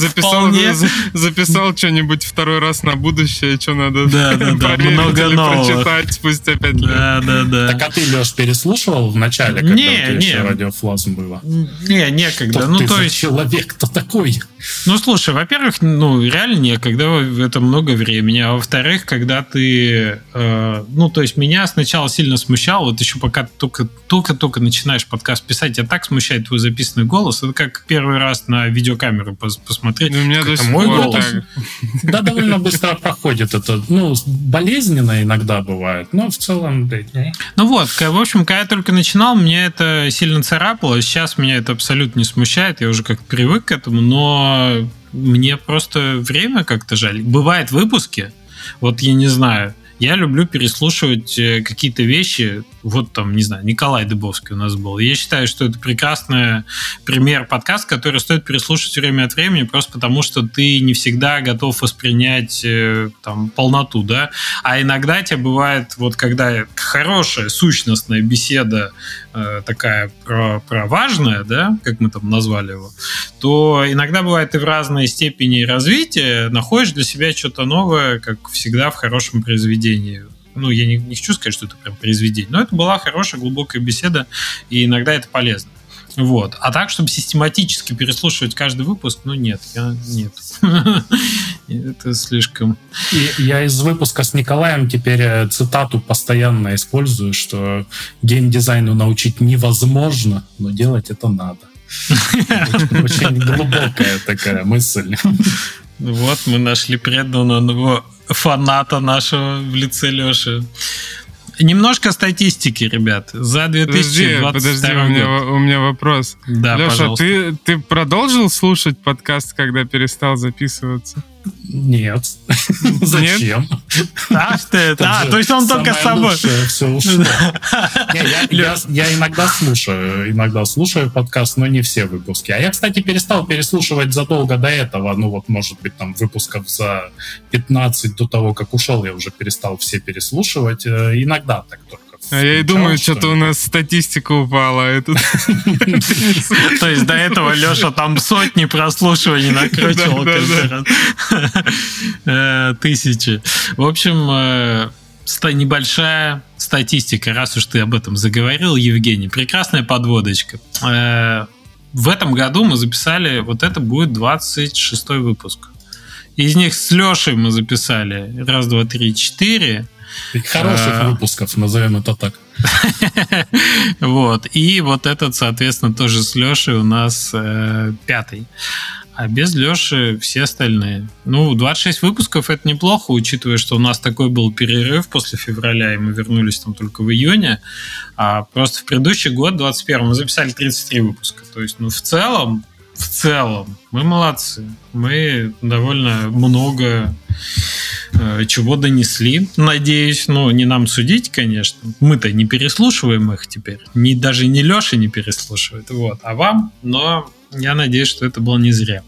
Записал что-нибудь второй раз на будущее, что надо проверить или прочитать спустя 5 лет. Да. Так а ты, Леш, переслушивал в начале, когда у тебя еще радиофлазм было? Не, некогда. Что ты за человек-то такой? Ну, слушай, во-первых, реально некогда, это много времени, а во-вторых, когда ты... то есть меня сначала сильно смущало, вот еще пока только начинаешь подкаст писать, тебя так смущает твой записанный голос, это как первый раз на видеокамеру посмотреть. У меня это мой голос. Да, довольно быстро проходит это. Болезненно иногда бывает, но в целом... Ну вот, в общем, когда я только начинал, мне это сильно царапало, сейчас меня это абсолютно не смущает, я уже как привык к этому, но мне просто время как-то жаль. Бывают выпуски, вот я не знаю, я люблю переслушивать какие-то вещи. Вот там, не знаю, Николай Дыбовский у нас был. Я считаю, что это прекрасный пример подкаста, который стоит переслушать время от времени, просто потому что ты не всегда готов воспринять там полноту, да. А иногда тебе бывает, вот когда хорошая сущностная беседа такая про важное, да, как мы там назвали его, то иногда бывает ты в разной степени развития находишь для себя что-то новое, как всегда в хорошем произведении. Я не хочу сказать, что это прям произведение, но это была хорошая, глубокая беседа, и иногда это полезно. Вот. А так, чтобы систематически переслушивать каждый выпуск, нет. Это слишком... И я из выпуска с Николаем теперь цитату постоянно использую, что геймдизайну научить невозможно, но делать это надо. Очень глубокая такая мысль. Вот мы нашли преданного фаната нашего в лице Леши. Немножко статистики, ребят. За 2022 Подожди, год. у меня вопрос. Да, Леша, пожалуйста. ты продолжил слушать подкаст, когда перестал записываться? Нет. Зачем? То есть он только с собой. Все ушло. Я иногда слушаю подкаст, но не все выпуски. А я, кстати, перестал переслушивать задолго до этого. Может быть, там выпусков за 15 до того, как ушел, я уже перестал все переслушивать. Иногда так только. А я и думаю, что-то у нас статистика упала. То есть до этого Леша там сотни прослушиваний накручивал каждый раз. Тысячи. В общем, небольшая статистика, раз уж ты об этом заговорил, Евгений. Прекрасная подводочка. В этом году мы записали, это будет 26-й выпуск. Из них с Лешей мы записали 1, 2, 3, 4. Хороших выпусков, назовем это так. Вот. И этот, соответственно, тоже с Лешей у нас 5-й. А без Леши все остальные. 26 выпусков — это неплохо, учитывая, что у нас такой был перерыв после февраля, и мы вернулись там только в июне. А просто в предыдущий год, 21 мы записали 33 выпуска. То есть, в целом, мы молодцы. Мы довольно много чего донесли, надеюсь. Не нам судить, конечно. Мы-то не переслушиваем их теперь. Даже не Леша не переслушивает. А вам? Но я надеюсь, что это было не зря.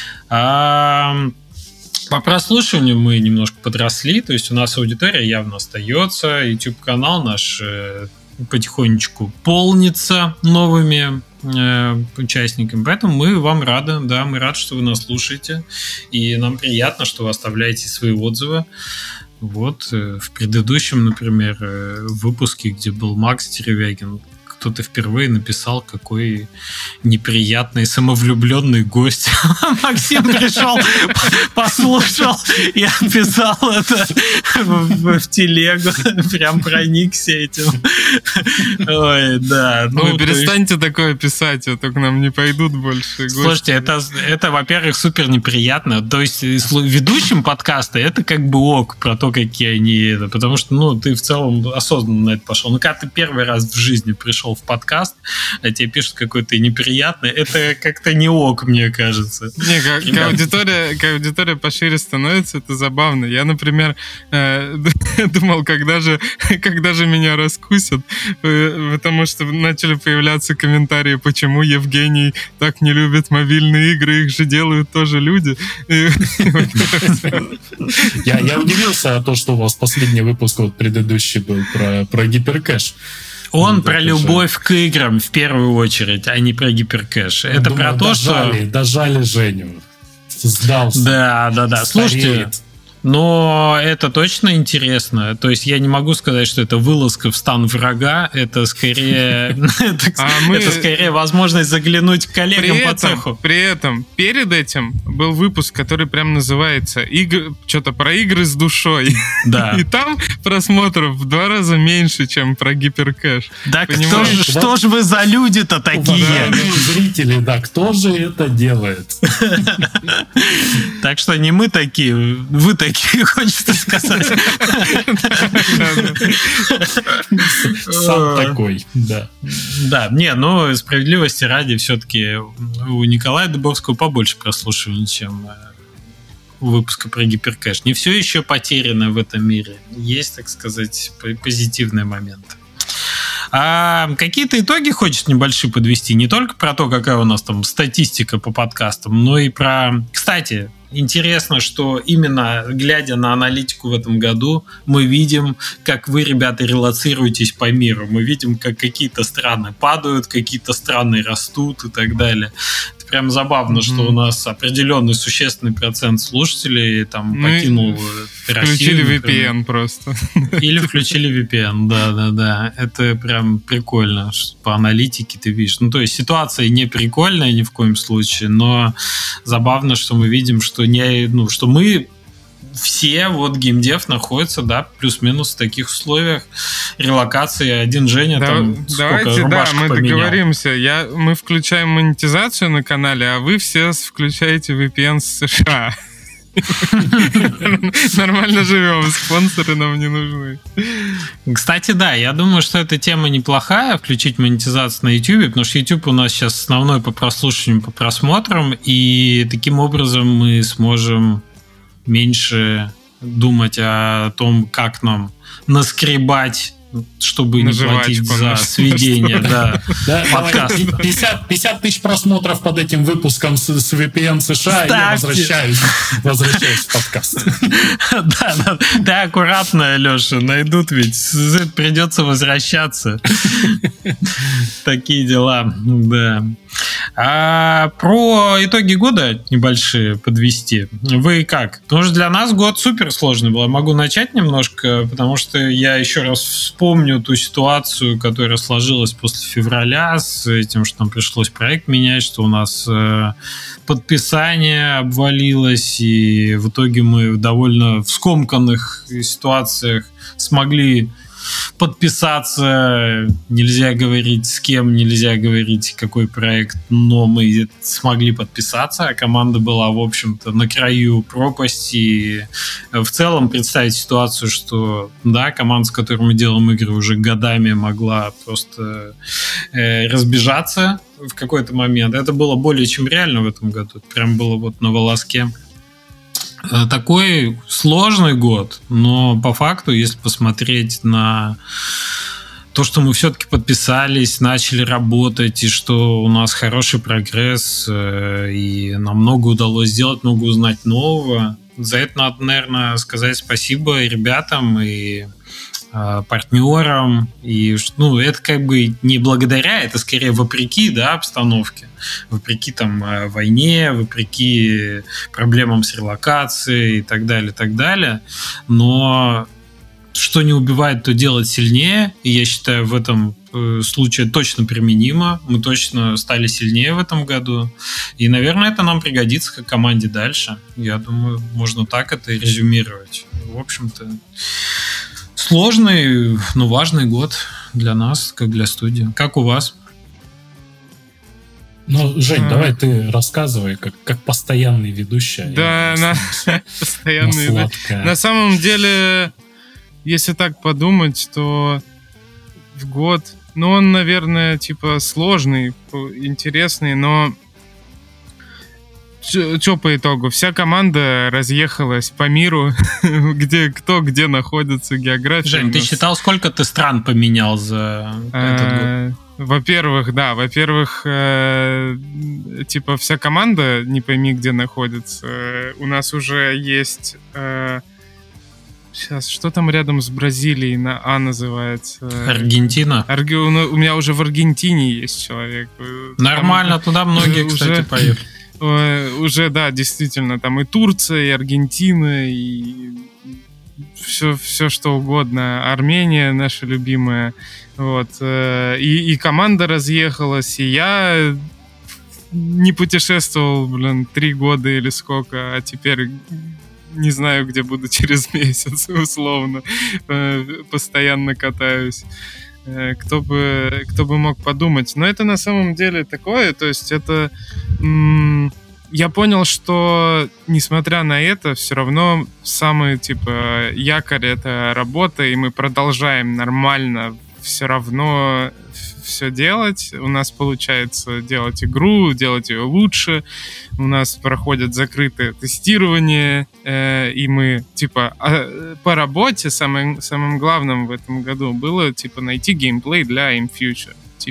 По прослушиванию мы немножко подросли. То есть у нас аудитория явно остается. YouTube-канал наш потихонечку полнится новыми участникам. Поэтому мы вам рады. Да, мы рады, что вы нас слушаете. И нам приятно, что вы оставляете свои отзывы. В предыдущем, например, выпуске, где был Макс Деревягин, кто-то впервые написал, какой неприятный, самовлюбленный гость. Максим пришел, послушал и описал это в телегу. Прям проникся этим. Ой, да. Вы перестаньте такое писать, а то к нам не пойдут больше гости. Слушайте, это, во-первых, супер неприятно. То есть ведущим подкаста это как бы ок про то, какие они... Потому что, ты в целом осознанно на это пошел. Когда ты первый раз в жизни пришел в подкаст, а тебе пишут какой-то неприятный, это как-то не ок, мне кажется. Не, аудитория пошире становится, это забавно. Я, например, думал, когда же меня раскусят, потому что начали появляться комментарии, почему Евгений так не любит мобильные игры, их же делают тоже люди. Я удивился, что у вас последний выпуск предыдущий был про гиперкэш. Он про любовь к играм в первую очередь, а не про гиперкэш. Это про то, что... Дожали Женю. Сдался. Да. Слушайте, но это точно интересно. То есть я не могу сказать, что это вылазка в стан врага. Это скорее возможность заглянуть к коллегам по цеху. При этом, перед этим был выпуск, который прям называется что-то про игры с душой. Да. И там просмотров в 2 раза меньше, чем про гиперкэш. Да, что же вы за люди-то такие? Зрители, да, кто же это делает? Так что не мы такие, вы такие, хочется сказать. Сам такой, да. Да, справедливости ради, все-таки у Николая Дубовского побольше прослушиваний, чем у выпуска про гиперкэш. Не все еще потеряно в этом мире. Есть, так сказать, позитивные моменты. А какие-то итоги хочешь небольшие подвести? Не только про то, какая у нас там статистика по подкастам, но и про... Кстати, интересно, что именно глядя на аналитику в этом году, мы видим, как вы, ребята, релоцируетесь по миру. Мы видим, как какие-то страны падают, какие-то страны растут и так далее. Это прям забавно, что у нас определенный существенный процент слушателей там покинул Россию. Включили VPN просто. Или включили VPN, да. Это прям прикольно, что по аналитике ты видишь. Ну, то есть ситуация не прикольная ни в коем случае, но забавно, что мы видим, что что мы все, вот геймдев находится, да, плюс-минус в таких условиях релокации. Один Женя там давайте, мы поменял. договоримся. Мы включаем монетизацию на канале, а вы все включаете VPN с США. Нормально живем, спонсоры нам не нужны. Кстати, да, я думаю, что эта тема неплохая, включить монетизацию на YouTube, потому что YouTube у нас сейчас основной по прослушиванию, по просмотрам, и таким образом мы сможем меньше думать о том, как нам наскребать, чтобы не платить за сведения. Да, 50 тысяч просмотров под этим выпуском с VPN США, и я возвращаюсь в подкаст. Да, аккуратно, Леша, найдут, ведь придется возвращаться. Такие дела, да. А про итоги года небольшие подвести. Вы как? Потому что для нас год супер сложный был. Я могу начать немножко, потому что я еще раз вспомню ту ситуацию, которая сложилась после февраля с этим, что нам пришлось проект менять, что у нас подписание обвалилось, и в итоге мы в довольно скомканных ситуациях смогли подписаться, нельзя говорить с кем, нельзя говорить какой проект, но мы смогли подписаться, а команда была, в общем-то, на краю пропасти. И в целом представить ситуацию, что, да, команда, с которой мы делаем игры уже годами, могла просто разбежаться в какой-то момент. Это было более чем реально в этом году. Прям было вот на волоске. Такой сложный год, но по факту, если посмотреть на то, что мы все-таки подписались, начали работать, и что у нас хороший прогресс, и нам много удалось сделать, много узнать нового, за это надо, наверное, сказать спасибо и ребятам, и партнерам, и это как бы не благодаря, это скорее вопреки, да, обстановке, вопреки там войне, вопреки проблемам с релокацией и так далее, но что не убивает, то делать сильнее, и я считаю, в этом случае точно применимо, мы точно стали сильнее в этом году, и, наверное, это нам пригодится как команде дальше, я думаю, можно так это резюмировать. В общем-то, сложный, но важный год для нас, как для студии. Как у вас? Ну, Жень, давай ты рассказывай, как постоянный ведущий. Да, постоянный ведущий. На самом деле, если так подумать, то в год, он, наверное, типа сложный, интересный, но что по итогу? Вся команда разъехалась по миру, где находится, география. Жень, ты считал, сколько ты стран поменял за этот год? Во-первых, типа вся команда не пойми где находится. У нас уже есть... Сейчас, что там рядом с Бразилией на А называется? Аргентина. У меня уже в Аргентине есть человек. Нормально, туда многие, кстати, поехали. Уже, да, действительно, там и Турция, и Аргентина, и все что угодно. Армения наша любимая. Вот. И команда разъехалась, и я не путешествовал, 3 года или сколько, а теперь не знаю, где буду через месяц, условно. Постоянно катаюсь. Кто бы мог подумать. Но это на самом деле такое, то есть это... Я понял, что, несмотря на это, все равно самый, якорь — это работа, и мы продолжаем нормально все равно все делать. У нас получается делать игру, делать ее лучше. У нас проходят закрытые тестирования, и мы, по работе самым главным в этом году было, найти геймплей для InFuture.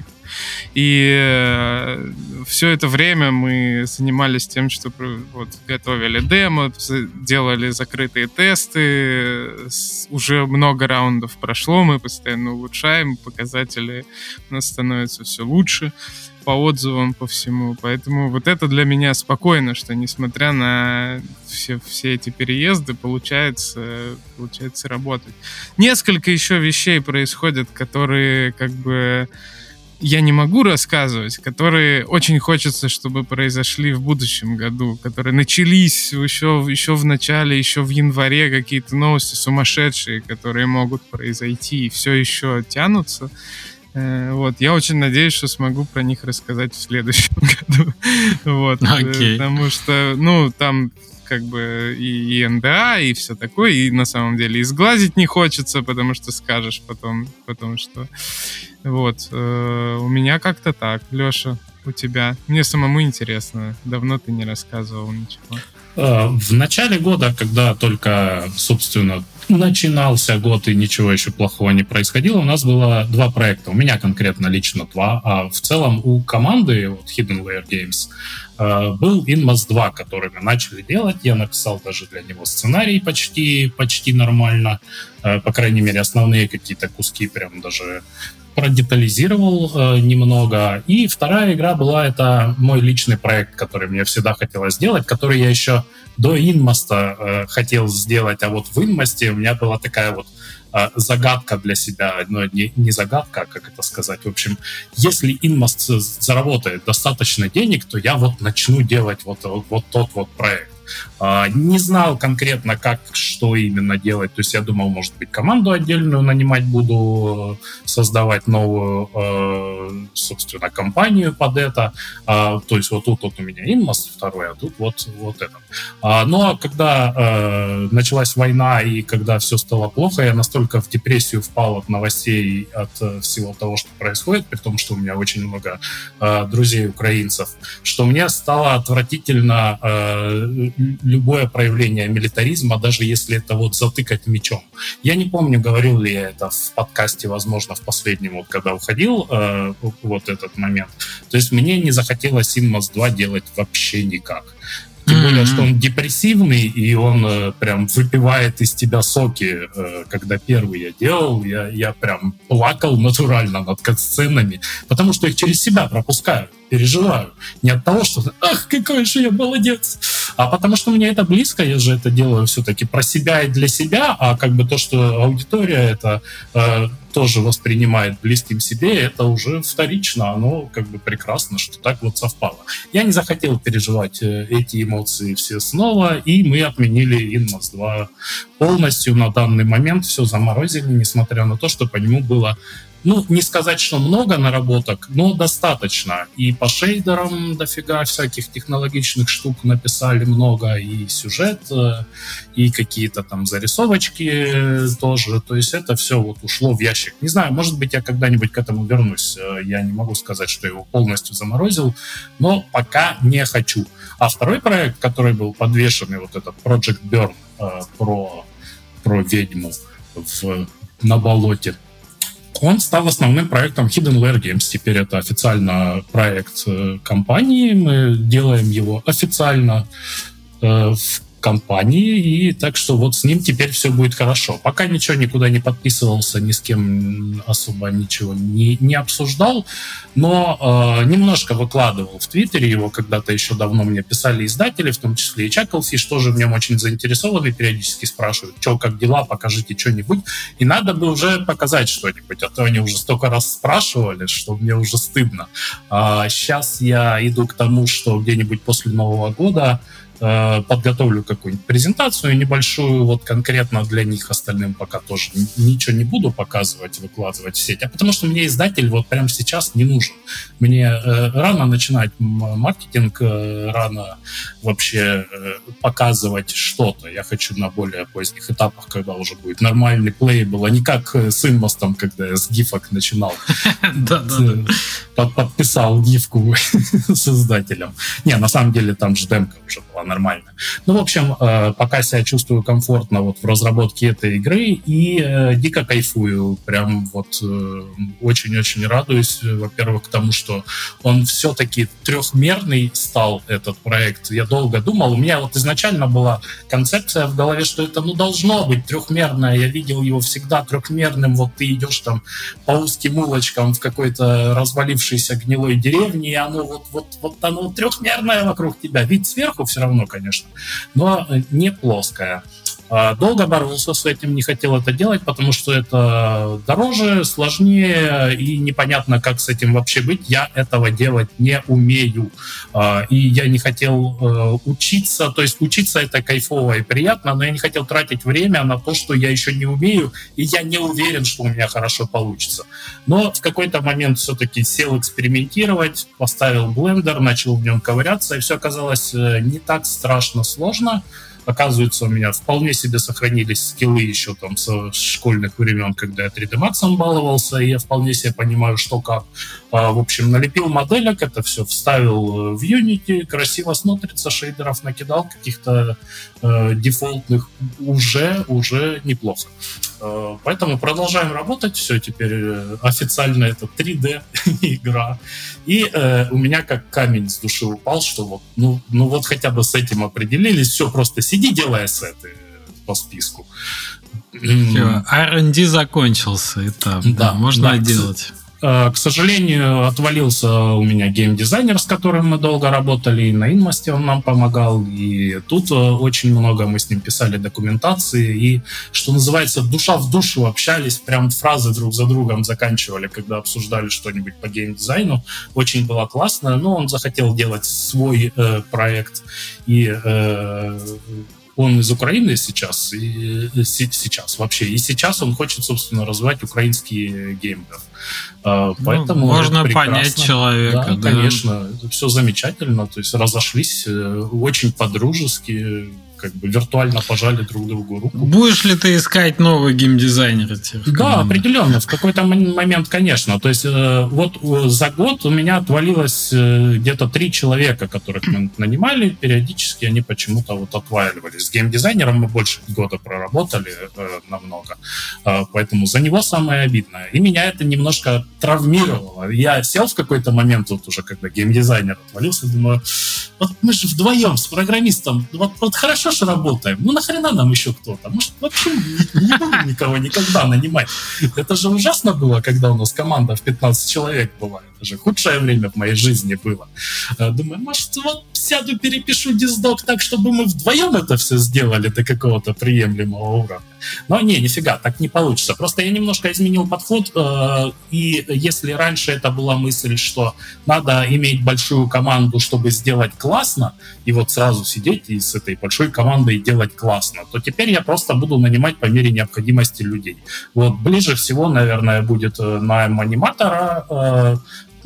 И все это время мы занимались тем, что готовили демо, делали закрытые тесты, уже много раундов прошло, мы постоянно улучшаем, показатели у нас становятся все лучше. по отзывам, по всему. Поэтому вот это для меня спокойно, что несмотря на все эти переезды, получается работать. Несколько еще вещей происходят, которые как бы я не могу рассказывать, которые очень хочется, чтобы произошли в будущем году, которые начались еще в начале, еще в январе, какие-то новости сумасшедшие, которые могут произойти и все еще тянутся. Вот, я очень надеюсь, что смогу про них рассказать в следующем году. Вот, потому что, там как бы и НДА, и все такое, и на самом деле и сглазить не хочется, потому что скажешь потом что... Вот, у меня как-то так. Леша, у тебя? Мне самому интересно. Давно ты не рассказывал ничего. В начале года, когда только, собственно, начинался год и ничего еще плохого не происходило, у нас было 2 проекта. У меня конкретно лично 2, а в целом у команды вот, Hidden Layer Games был Inmas 2, который мы начали делать. Я написал даже для него сценарий почти нормально. По крайней мере, основные какие-то куски прям даже продетализировал немного. И вторая игра была, это мой личный проект, который мне всегда хотелось сделать, который я еще до Инмаста хотел сделать, а вот в Инмасте у меня была такая вот загадка для себя, но не загадка, а как это сказать. В общем, если Инмаст заработает достаточно денег, то я вот начну делать вот тот вот проект. Не знал конкретно, что именно делать. То есть я думал, может быть, команду отдельную нанимать буду, создавать новую, собственно, компанию под это. То есть вот тут у меня Inmas второй, а тут вот этот. Но когда началась война и когда все стало плохо, я настолько в депрессию впал от новостей, от всего того, что происходит, при том, что у меня очень много друзей украинцев, что мне стало отвратительно любое проявление милитаризма, даже если это вот затыкать мечом. Я не помню, говорил ли я это в подкасте, возможно, в последнем, вот когда уходил, вот этот момент. То есть мне не захотелось Inmas 2 делать вообще никак. Тем более, что он депрессивный, и он прям выпивает из тебя соки. Когда первый я делал, я прям плакал натурально над катсценами, потому что их через себя пропускаю, переживаю. Не от того, что «ах, какой же я молодец!», а потому что мне это близко, я же это делаю все-таки про себя и для себя, а как бы то, что аудитория это тоже воспринимает близким себе, это уже вторично, оно как бы прекрасно, что так вот совпало. Я не захотел переживать эти эмоции все снова, и мы отменили Inmas 2 полностью на данный момент, все заморозили, несмотря на то, что по нему было, не сказать, что много наработок, но достаточно. И по шейдерам дофига всяких технологичных штук написали много, и сюжет, и какие-то там зарисовочки тоже. То есть это все вот ушло в ящик. Не знаю, может быть, я когда-нибудь к этому вернусь. Я не могу сказать, что его полностью заморозил, но пока не хочу. А второй проект, который был подвешенный, вот этот Project Burn про ведьму на болоте, он стал основным проектом Hidden Layer Games. Теперь это официально проект компании. Мы делаем его официально в компании, и так что вот с ним теперь все будет хорошо. Пока ничего никуда не подписывался, ни с кем особо ничего не обсуждал, но немножко выкладывал в Твиттере его, когда-то еще давно мне писали издатели, в том числе и Chucklefish, тоже в нем очень заинтересованы, периодически спрашивают, что, как дела, покажите что-нибудь, и надо бы уже показать что-нибудь, а то они уже столько раз спрашивали, что мне уже стыдно. Сейчас я иду к тому, что где-нибудь после Нового года подготовлю какую-нибудь презентацию небольшую, вот конкретно для них, остальным пока тоже ничего не буду показывать, выкладывать в сеть, а потому что мне издатель вот прямо сейчас не нужен. Мне рано начинать маркетинг, рано вообще показывать что-то. Я хочу на более поздних этапах, когда уже будет нормальный плейбл, а не как с Инмастом, когда я с гифок начинал. Подписал гифку с издателем. Не, на самом деле там же демка уже была нормальная. Ну, в общем, пока себя чувствую комфортно вот в разработке этой игры и дико кайфую. Прям вот очень-очень радуюсь, во-первых, к тому, что он все-таки трехмерный стал, этот проект. Я долго думал, у меня вот изначально была концепция в голове, что это, ну, должно быть трехмерное. Я видел его всегда трехмерным. Вот ты идешь там по узким улочкам в какой-то развалившейся гнилой деревне, и оно вот оно трехмерное вокруг тебя. Вид сверху все равно, конечно, но не плоское. Долго боролся с этим, не хотел это делать, потому что это дороже, сложнее и непонятно, как с этим вообще быть. Я этого делать не умею. И я не хотел учиться. То есть учиться это кайфово и приятно, но я не хотел тратить время на то, что я еще не умею, и я не уверен, что у меня хорошо получится. Но в какой-то момент все-таки сел экспериментировать, поставил блендер, начал в нем ковыряться, и все оказалось не так страшно сложно. Оказывается, у меня вполне себе сохранились скиллы еще там с школьных времен, когда я 3D Max'ом баловался, и я вполне себе понимаю, что как. В общем, налепил моделек, это все вставил в Unity, красиво смотрится, шейдеров накидал, каких-то дефолтных уже неплохо. Поэтому продолжаем работать, все, теперь официально это 3D игра. И у меня как камень с души упал, что вот, ну вот хотя бы с этим определились, все, просто сиди, делай ассеты по списку. Все, R&D закончился этап, да, можно делать. К сожалению, отвалился у меня геймдизайнер, с которым мы долго работали, и на Инмосте он нам помогал, и тут очень много мы с ним писали документации, и, что называется, душа в душу общались, прям фразы друг за другом заканчивали, когда обсуждали что-нибудь по геймдизайну. Очень было классно, но он захотел делать свой проект, и он из Украины сейчас, и сейчас он хочет, собственно, развивать украинский геймдев. Поэтому можно понять человека. Да, конечно, все замечательно. То есть разошлись очень по-дружески, как бы виртуально пожали друг другу руку. Будешь ли ты искать нового геймдизайнера? Да, определенно. В какой-то момент, конечно. То есть вот за год у меня отвалилось где-то 3 человека, которых мы нанимали. Периодически они почему-то вот отваливались. С геймдизайнером мы больше года проработали намного. Поэтому за него самое обидное. И меня это немножко травмировало. Я сел в какой-то момент, вот уже когда геймдизайнер отвалился, думаю, вот мы же вдвоем с программистом, вот хорошо же работаем, ну нахрена нам еще кто-то? Может, вообще не будем никого никогда нанимать? Это же ужасно было, когда у нас команда в 15 человек была. Это же худшее время в моей жизни было. Думаю, может, вот сяду, перепишу диздок так, чтобы мы вдвоем это все сделали до какого-то приемлемого уровня. Но нифига, так не получится. Просто я немножко изменил подход, и если раньше это была мысль, что надо иметь большую команду, чтобы сделать классно, и вот сразу сидеть и с этой большой командой делать классно, то теперь я просто буду нанимать по мере необходимости людей. Вот ближе всего, наверное, будет найм аниматора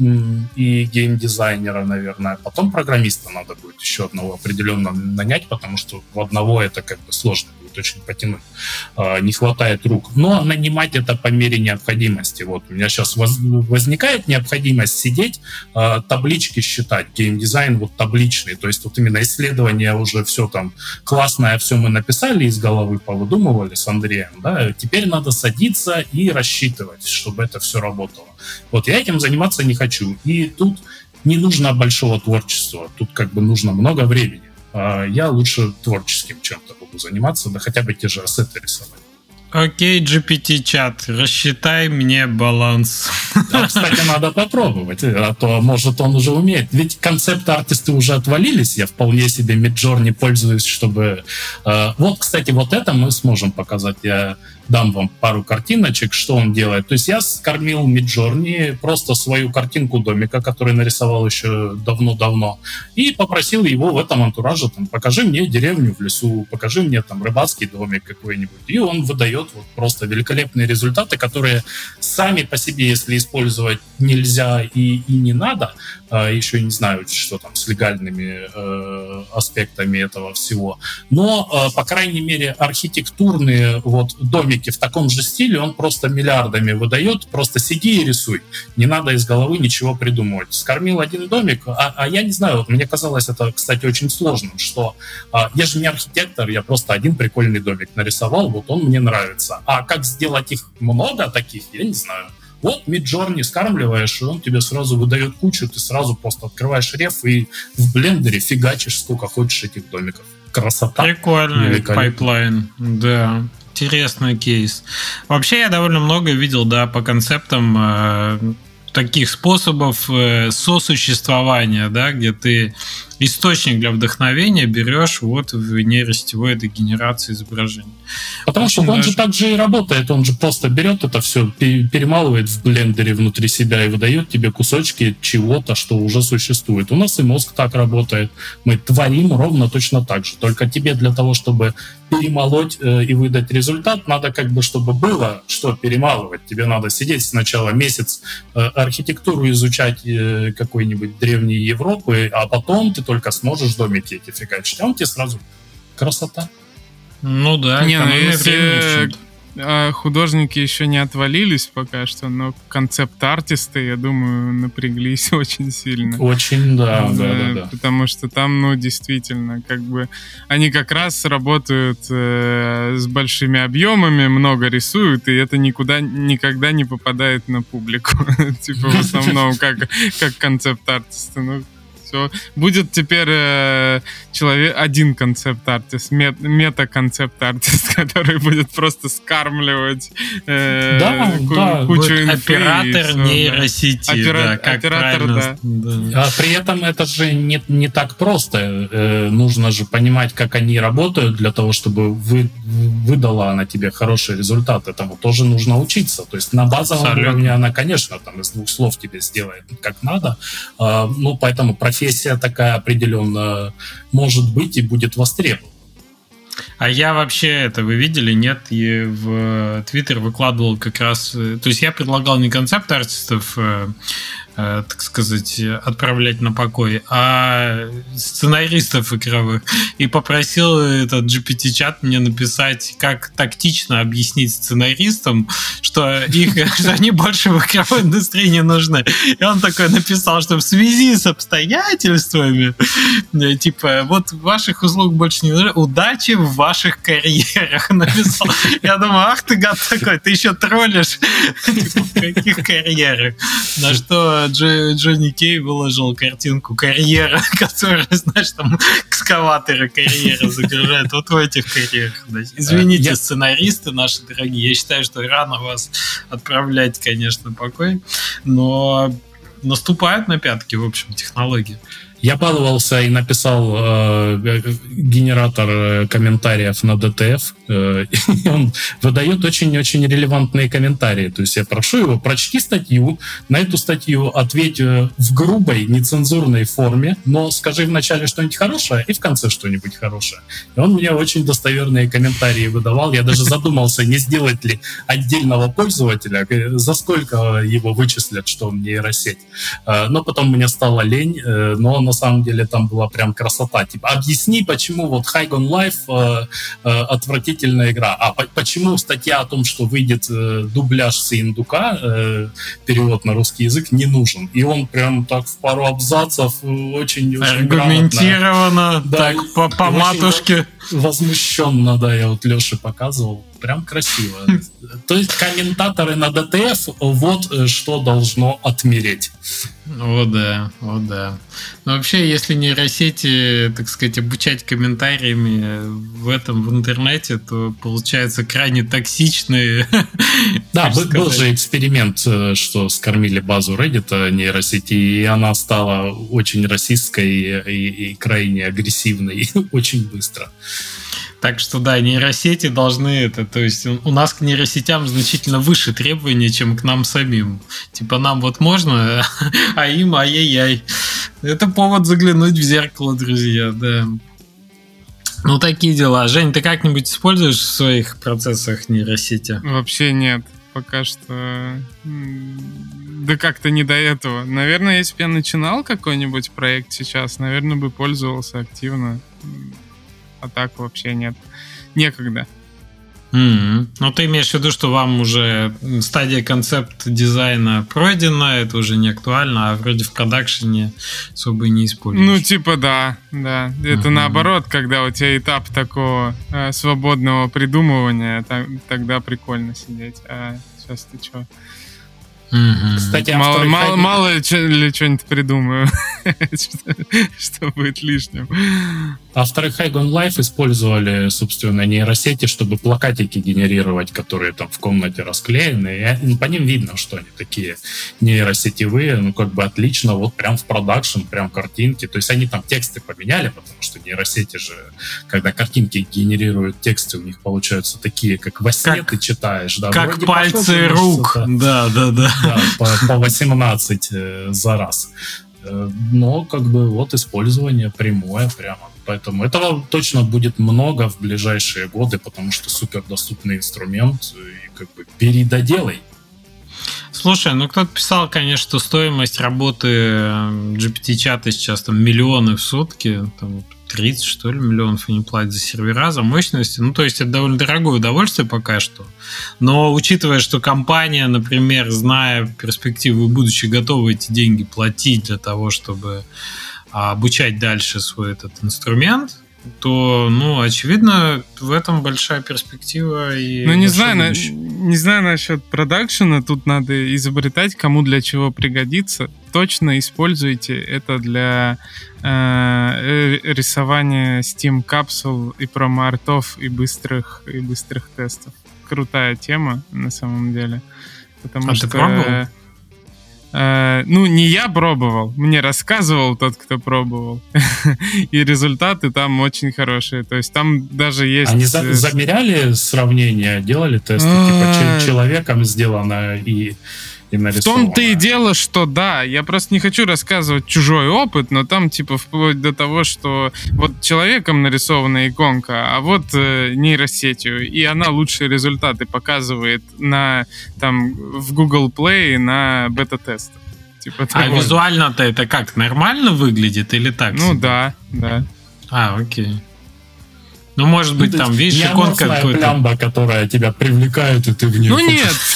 и геймдизайнера, наверное. Потом программиста надо будет еще одного определенно нанять, потому что в одного это как бы сложно будет очень потянуть. Не хватает рук. Но нанимать это по мере необходимости. Вот у меня сейчас возникает необходимость сидеть, таблички считать. Геймдизайн вот табличный. То есть вот именно исследование уже все там классное, все мы написали из головы, повыдумывали с Андреем. Да? Теперь надо садиться и рассчитывать, чтобы это все работало. Вот я этим заниматься не хочу. И тут не нужно большого творчества. Тут как бы нужно много времени. Я лучше творческим чем-то буду заниматься, да хотя бы те же ассеты рисовать. Окей, GPT-чат, рассчитай мне баланс. Да, кстати, надо попробовать, а то, может, он уже умеет. Ведь концепт-артисты уже отвалились, я вполне себе Midjourney пользуюсь, чтобы... Вот, кстати, вот это мы сможем показать. Я дам вам пару картиночек, что он делает. То есть я скормил Midjourney просто свою картинку домика, который нарисовал еще давно-давно, и попросил его в этом антураже, там, покажи мне деревню в лесу, покажи мне там рыбацкий домик какой-нибудь. И он выдает выдает вот просто великолепные результаты, которые сами по себе, если использовать нельзя и не надо, еще не знаю, что там с легальными аспектами этого всего, но, по крайней мере, архитектурные вот домики в таком же стиле он просто миллиардами выдает, просто сиди и рисуй, не надо из головы ничего придумывать. Скормил один домик, а я не знаю, вот мне казалось это, кстати, очень сложным, что я же не архитектор, я просто один прикольный домик нарисовал, вот он мне нравится. А как сделать их много таких, я не знаю. Вот Midjourney скармливаешь, и он тебе сразу выдает кучу, ты сразу просто открываешь реф и в блендере фигачишь сколько хочешь этих домиков. Красота. Прикольный пайплайн, да. Интересный кейс. Вообще я довольно много видел, да, по концептам таких способов сосуществования, да, где ты источник для вдохновения берешь вот в нейросетевой этой генерации изображений. Потому что он же так же и работает, он же просто берет это все, перемалывает в блендере внутри себя и выдает тебе кусочки чего-то, что уже существует. У нас и мозг так работает. Мы творим ровно точно так же. Только тебе для того, чтобы перемолоть и выдать результат, надо как бы, чтобы было что перемалывать. Тебе надо сидеть сначала месяц архитектуру изучать какой-нибудь древней Европы, а потом ты только сможешь домики эти фигачить. А он тебе сразу красота. Ну да, не, ну если художники еще не отвалились пока что, но концепт-артисты, я думаю, напряглись очень сильно. Очень, да. Потому что там, ну, действительно, как бы они как раз работают с большими объемами, много рисуют, и это никогда не попадает на публику. Типа в основном как концепт-артисты. Ну, все. Будет теперь один концепт-артист, мета-концепт-артист, который будет просто скармливать кучу инфы. Оператор нейросети. Оператор, да. При этом это же не так просто. Нужно же понимать, как они работают для того, чтобы выдала она тебе хороший результат. Этому тоже нужно учиться. То есть на базовом уровне она, конечно, там из 2 слов тебе сделает как надо. Ну, поэтому профессия такая определенно может быть и будет востребована. А я вообще, вы видели, нет? И в Твиттер выкладывал как раз... То есть я предлагал не концепт-артистов, так сказать, отправлять на покой, а сценаристов игровых. И попросил этот GPT-чат мне написать, как тактично объяснить сценаристам, что они больше в игровой индустрии не нужны. И он такой написал, что в связи с обстоятельствами, типа, вот ваших услуг больше не нужны, удачи в ваших карьерах, написал. Я думаю, ах ты гад такой, ты еще троллишь. В каких карьерах? На что Джонни Кей выложил картинку карьера, которая, знаешь, там экскаваторы карьера загружают вот в этих карьерах. Извините, сценаристы наши дорогие, я считаю, что рано вас отправлять, конечно, покой, но наступают на пятки, в общем, технологии. Я баловался и написал генератор комментариев на DTF, и он выдает очень-очень релевантные комментарии. То есть я прошу его, прочти статью, на эту статью ответь в грубой, нецензурной форме, но скажи вначале что-нибудь хорошее и в конце что-нибудь хорошее. И он мне очень достоверные комментарии выдавал. Я даже задумался, не сделать ли отдельного пользователя, за сколько его вычислят, что он нейросеть. Но потом мне стало лень, но на самом деле там была прям красота. Типа, объясни, почему вот High on Life отвратительная игра, а почему статья о том, что выйдет дубляж Сыендука, перевод на русский язык, не нужен. И он прям так в пару абзацев очень аргументированно, да, так по матушке. Возмущенно, да, я вот Лёше показывал. Прям красиво. То есть комментаторы на DTF вот что должно отмереть. О да. Но вообще, если нейросети, так сказать, обучать комментариями в интернете, то получается крайне токсичные. Да, был же эксперимент, что скормили базу Reddit нейросети, и она стала очень расистской и крайне агрессивной очень быстро. Так что да, нейросети должны то есть у нас к нейросетям значительно выше требования, чем к нам самим. Типа нам вот можно, а им ай-яй-яй. Это повод заглянуть в зеркало, друзья, да. Ну, такие дела. Жень, ты как-нибудь используешь в своих процессах нейросети? Вообще нет. Пока что... Да как-то не до этого. Наверное, если бы я начинал какой-нибудь проект сейчас, наверное, бы пользовался активно. А так вообще нет. Некогда. Ну, ты имеешь в виду, что вам уже стадия концепт-дизайна пройдена, это уже не актуально, а вроде в продакшене особо и не используешь. Ну, типа, да. Это наоборот, когда у тебя этап такого свободного придумывания, тогда прикольно сидеть. А сейчас ты чё? Кстати, мало ли что-нибудь придумаю, что будет лишним. Авторы High on Life использовали, собственно, нейросети, чтобы плакатики генерировать, которые там в комнате расклеены. И по ним видно, что они такие нейросетевые, ну, как бы отлично, вот прям в продакшн, прям картинки. То есть они там тексты поменяли, потому что нейросети же, когда картинки генерируют тексты, у них получаются такие, как во сне ты читаешь. Да, как пальцы рук. Да. Да, по 18 за раз. Но как бы вот использование прямое прямо. Поэтому этого точно будет много в ближайшие годы, потому что супердоступный инструмент, и как бы передоделай. Слушай, ну кто-то писал, конечно, что стоимость работы GPT-чата сейчас там миллионы в сутки, там 30, что ли, миллионов они платят за сервера, за мощности. Ну, то есть это довольно дорогое удовольствие пока что. Но учитывая, что компания, например, зная перспективы в будущем, готова эти деньги платить для того, чтобы обучать дальше свой этот инструмент, то, ну, очевидно, в этом большая перспектива. И ну, не знаю насчет продакшена, тут надо изобретать, кому для чего пригодится. Точно используйте это для рисования Steam капсул и промо-артов и быстрых тестов. Крутая тема, на самом деле. Потому что... ты пробовал? Ну, не я пробовал, мне рассказывал тот, кто пробовал. И результаты там очень хорошие. То есть там даже есть... Они замеряли сравнение, делали тесты, типа человеком сделано и нарисовано. В том-то и дело, что да, я просто не хочу рассказывать чужой опыт, но там типа вплоть до того, что вот человеком нарисована иконка, а вот нейросетью, и она лучшие результаты показывает в Google Play на бета-тестах. Типа визуально-то это как, нормально выглядит или так? Ну да. Окей. Ну, может быть, там, видишь, иконка какой-то... плямба, которая тебя привлекает, и ты в нее... Ну нет, в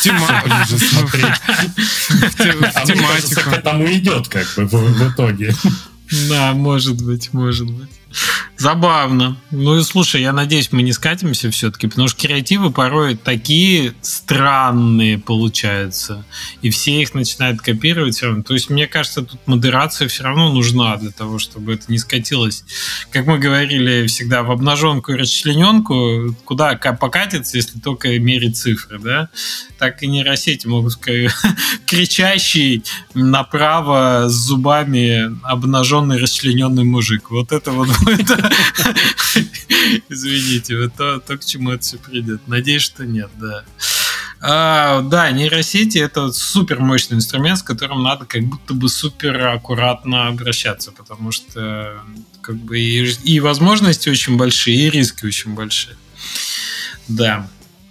тематику. К этому идет, как бы, в итоге. Да, может быть. Забавно. Ну и слушай, я надеюсь, мы не скатимся все-таки, потому что креативы порой такие странные получаются, и все их начинают копировать. То есть, мне кажется, тут модерация все равно нужна для того, чтобы это не скатилось. Как мы говорили всегда, в обнаженку и расчлененку, куда покатиться, если только мерить цифры, да? Так и нейросети могут кричащий направо с зубами обнаженный расчлененный мужик. Вот это вот будет... Извините, вот то, к чему это все придет. Надеюсь, что нет, да. Да, нейросети — это супер мощный инструмент, с которым надо как будто бы супер аккуратно обращаться, потому что как бы и возможности очень большие, и риски очень большие. Да.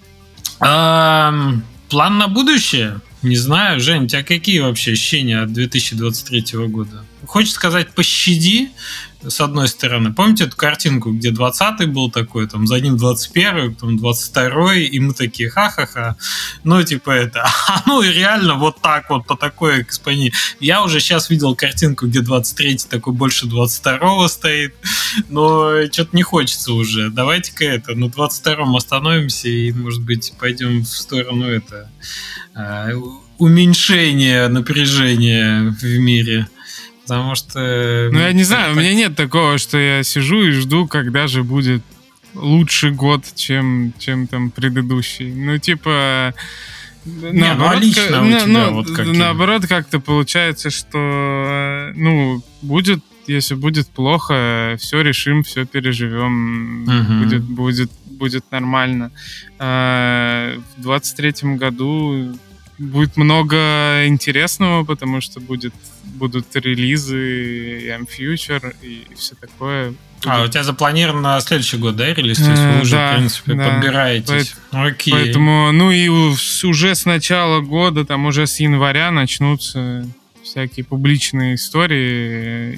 План на будущее? Не знаю, Жень, у тебя какие вообще ощущения от 2023 года? Хочется сказать, пощади, с одной стороны. Помните эту картинку, где 20-й был такой, там за ним 21-й, потом 22-й, и мы такие, ха-ха-ха. Ну, типа это. Ну, и реально вот так вот, по такой экспонии. Я уже сейчас видел картинку, где 23-й такой больше 22-го стоит, но что-то не хочется уже. Давайте-ка на 22-м остановимся и, может быть, пойдем в сторону уменьшения напряжения в мире. Потому что... Ну, я не знаю, у меня нет такого, что я сижу и жду, когда же будет лучший год, чем там предыдущий. Ну, типа... Наоборот, как-то получается, что будет, если будет плохо, все решим, все переживем, будет нормально. В 23-м году будет много интересного, потому что будет будут релизы, и M-Future, и все такое. У тебя запланирован на следующий год, да, релиз? То есть вы уже, в принципе, подбираетесь. Окей. Поэтому, и уже с начала года, там уже с января начнутся всякие публичные истории,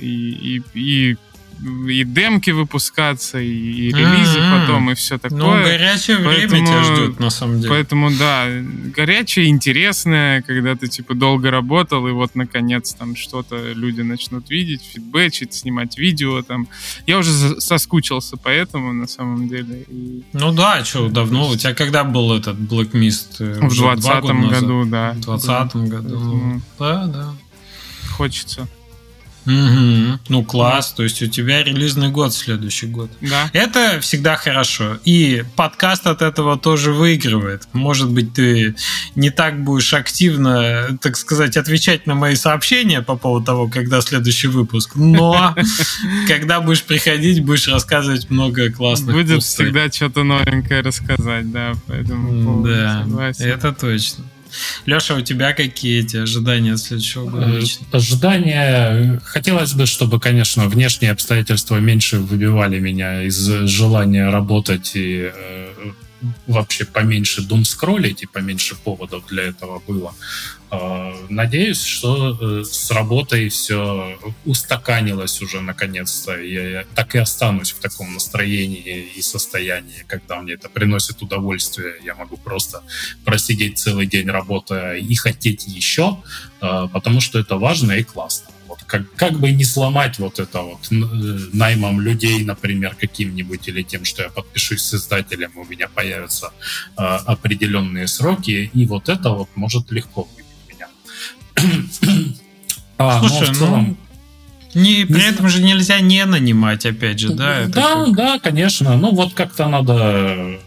и демки выпускаться, и релизы потом, и все такое. Ну, горячее время тебя ждет, на самом деле. Поэтому, да, горячее, интересное, когда ты, долго работал, и вот, наконец, там что-то люди начнут видеть, фидбэчить, снимать видео, там. Я уже соскучился по этому, на самом деле. Ну да, давно. У тебя когда был этот Black Mist? В 2020 году, да. В 2020 году. Да. Хочется. Угу. Ну, класс. То есть у тебя релизный год следующий год. Да. Это всегда хорошо. И подкаст от этого тоже выигрывает. Может быть, ты не так будешь активно, так сказать, отвечать на мои сообщения по поводу того, когда следующий выпуск. Но когда будешь приходить, будешь рассказывать много классных будет всегда что-то новенькое рассказать, да. Поэтому согласен. Это точно. Леша, у тебя какие эти ожидания от следующего года? Ожидания... Хотелось бы, чтобы, конечно, внешние обстоятельства меньше выбивали меня из желания работать и вообще поменьше думскроллить и поменьше поводов для этого было. Надеюсь, что с работой все устаканилось уже наконец-то. Я так и останусь в таком настроении и состоянии, когда мне это приносит удовольствие. Я могу просто просидеть целый день, работая, и хотеть еще, потому что это важно и классно. Вот как бы не сломать вот это вот наймом людей, например, каким-нибудь, или тем, что я подпишусь с издателем, у меня появятся определенные сроки, и вот это вот может легко быть. Слушай, при этом же нельзя не нанимать, опять же, да? Да, конечно. Ну, вот как-то надо...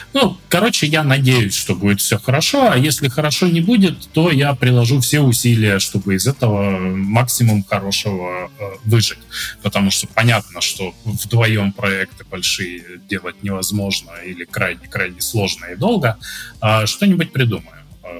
я надеюсь, что будет все хорошо, а если хорошо не будет, то я приложу все усилия, чтобы из этого максимум хорошего выжить. Потому что понятно, что вдвоем проекты большие делать невозможно или крайне-крайне сложно и долго. Что-нибудь придумаем.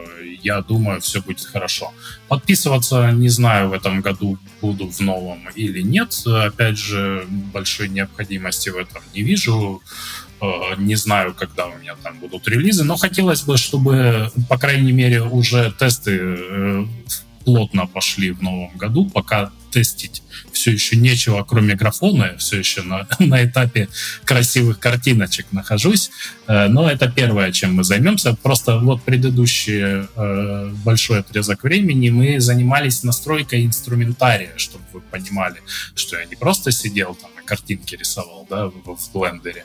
Я думаю, все будет хорошо. Подписываться, не знаю, в этом году буду в новом или нет. Опять же, большой необходимости в этом не вижу. Не знаю, когда у меня там будут релизы, но хотелось бы, чтобы, по крайней мере, уже тесты плотно пошли в новом году, пока тестить все еще нечего, кроме графона. Я все еще на этапе красивых картиночек нахожусь. Но это первое, чем мы займемся. Просто вот предыдущий большой отрезок времени мы занимались настройкой инструментария, чтобы вы понимали, что я не просто сидел там и картинки рисовал, да, в блендере,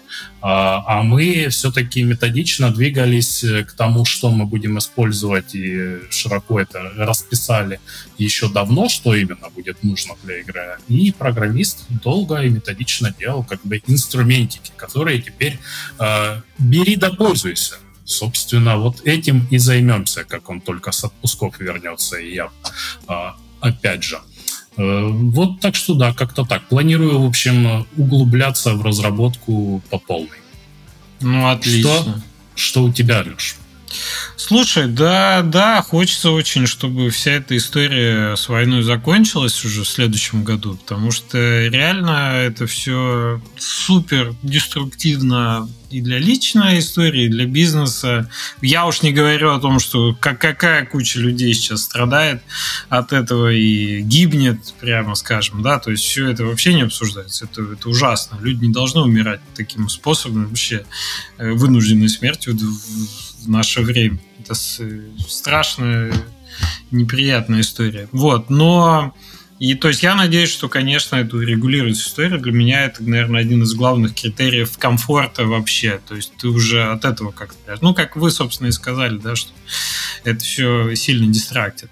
а мы все-таки методично двигались к тому, что мы будем использовать, и широко это расписали еще давно, что именно будет нужно для игры. И программист долго и методично делал инструментики, которые теперь бери да пользуйся. Собственно, вот этим и займемся, как он только с отпусков вернется, и я опять же. Вот так что да, как-то так. Планирую, в общем, углубляться в разработку по полной. Ну, отлично. Что у тебя, Леш? Слушай, да, хочется очень, чтобы вся эта история с войной закончилась уже в следующем году, потому что реально это все супер деструктивно и для личной истории, и для бизнеса. Я уж не говорю о том, что какая куча людей сейчас страдает от этого и гибнет, прямо скажем, да, то есть все это вообще не обсуждается, это ужасно. Люди не должны умирать таким способом, вообще вынужденной смертью в наше время. Это страшная, неприятная история. Вот, но... И то есть я надеюсь, что, конечно, это регулирует историю. Для меня это, наверное, один из главных критериев комфорта вообще. То есть ты уже от этого как-то... Ну, как вы, собственно, и сказали, да, что это все сильно дистрактит.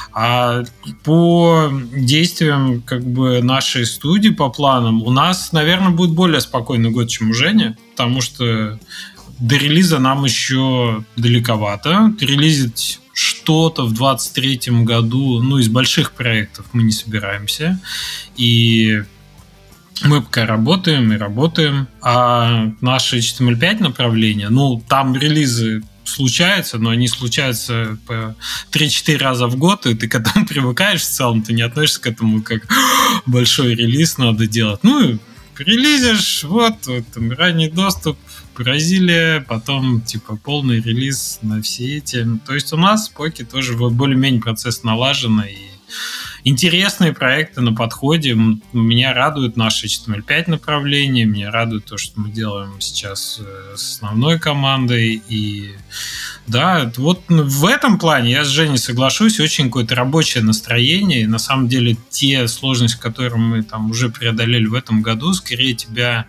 А по действиям нашей студии, по планам, у нас, наверное, будет более спокойный год, чем у Жени, потому что до релиза нам еще далековато. Релизить что-то в 23-м году, из больших проектов мы не собираемся. И Мы пока работаем и работаем. А наше HTML5 направление, там релизы случаются, но они случаются по 3-4 раза в год, и ты к этому привыкаешь в целом, ты не относишься к этому как большой релиз надо делать. Релизишь, там, ранний доступ, Бразилия, потом полный релиз на все эти. То есть у нас в Поке тоже более-менее процесс налажен, и интересные проекты на подходе. Меня радует наше HTML5 направление, меня радует то, что мы делаем сейчас с основной командой. И да, в этом плане я с Женей соглашусь, очень какое-то рабочее настроение. И на самом деле те сложности, которые мы там уже преодолели в этом году, скорее тебя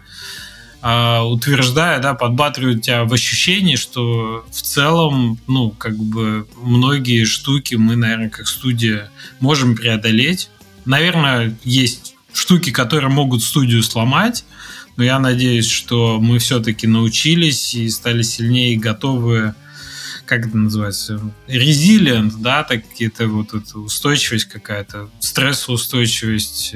утверждая, подбадривают тебя в ощущении, что в целом, многие штуки мы, наверное, как студия можем преодолеть. Наверное, есть штуки, которые могут студию сломать, но я надеюсь, что мы все-таки научились и стали сильнее и готовы, как это называется, resilient, это устойчивость какая-то, стрессоустойчивость.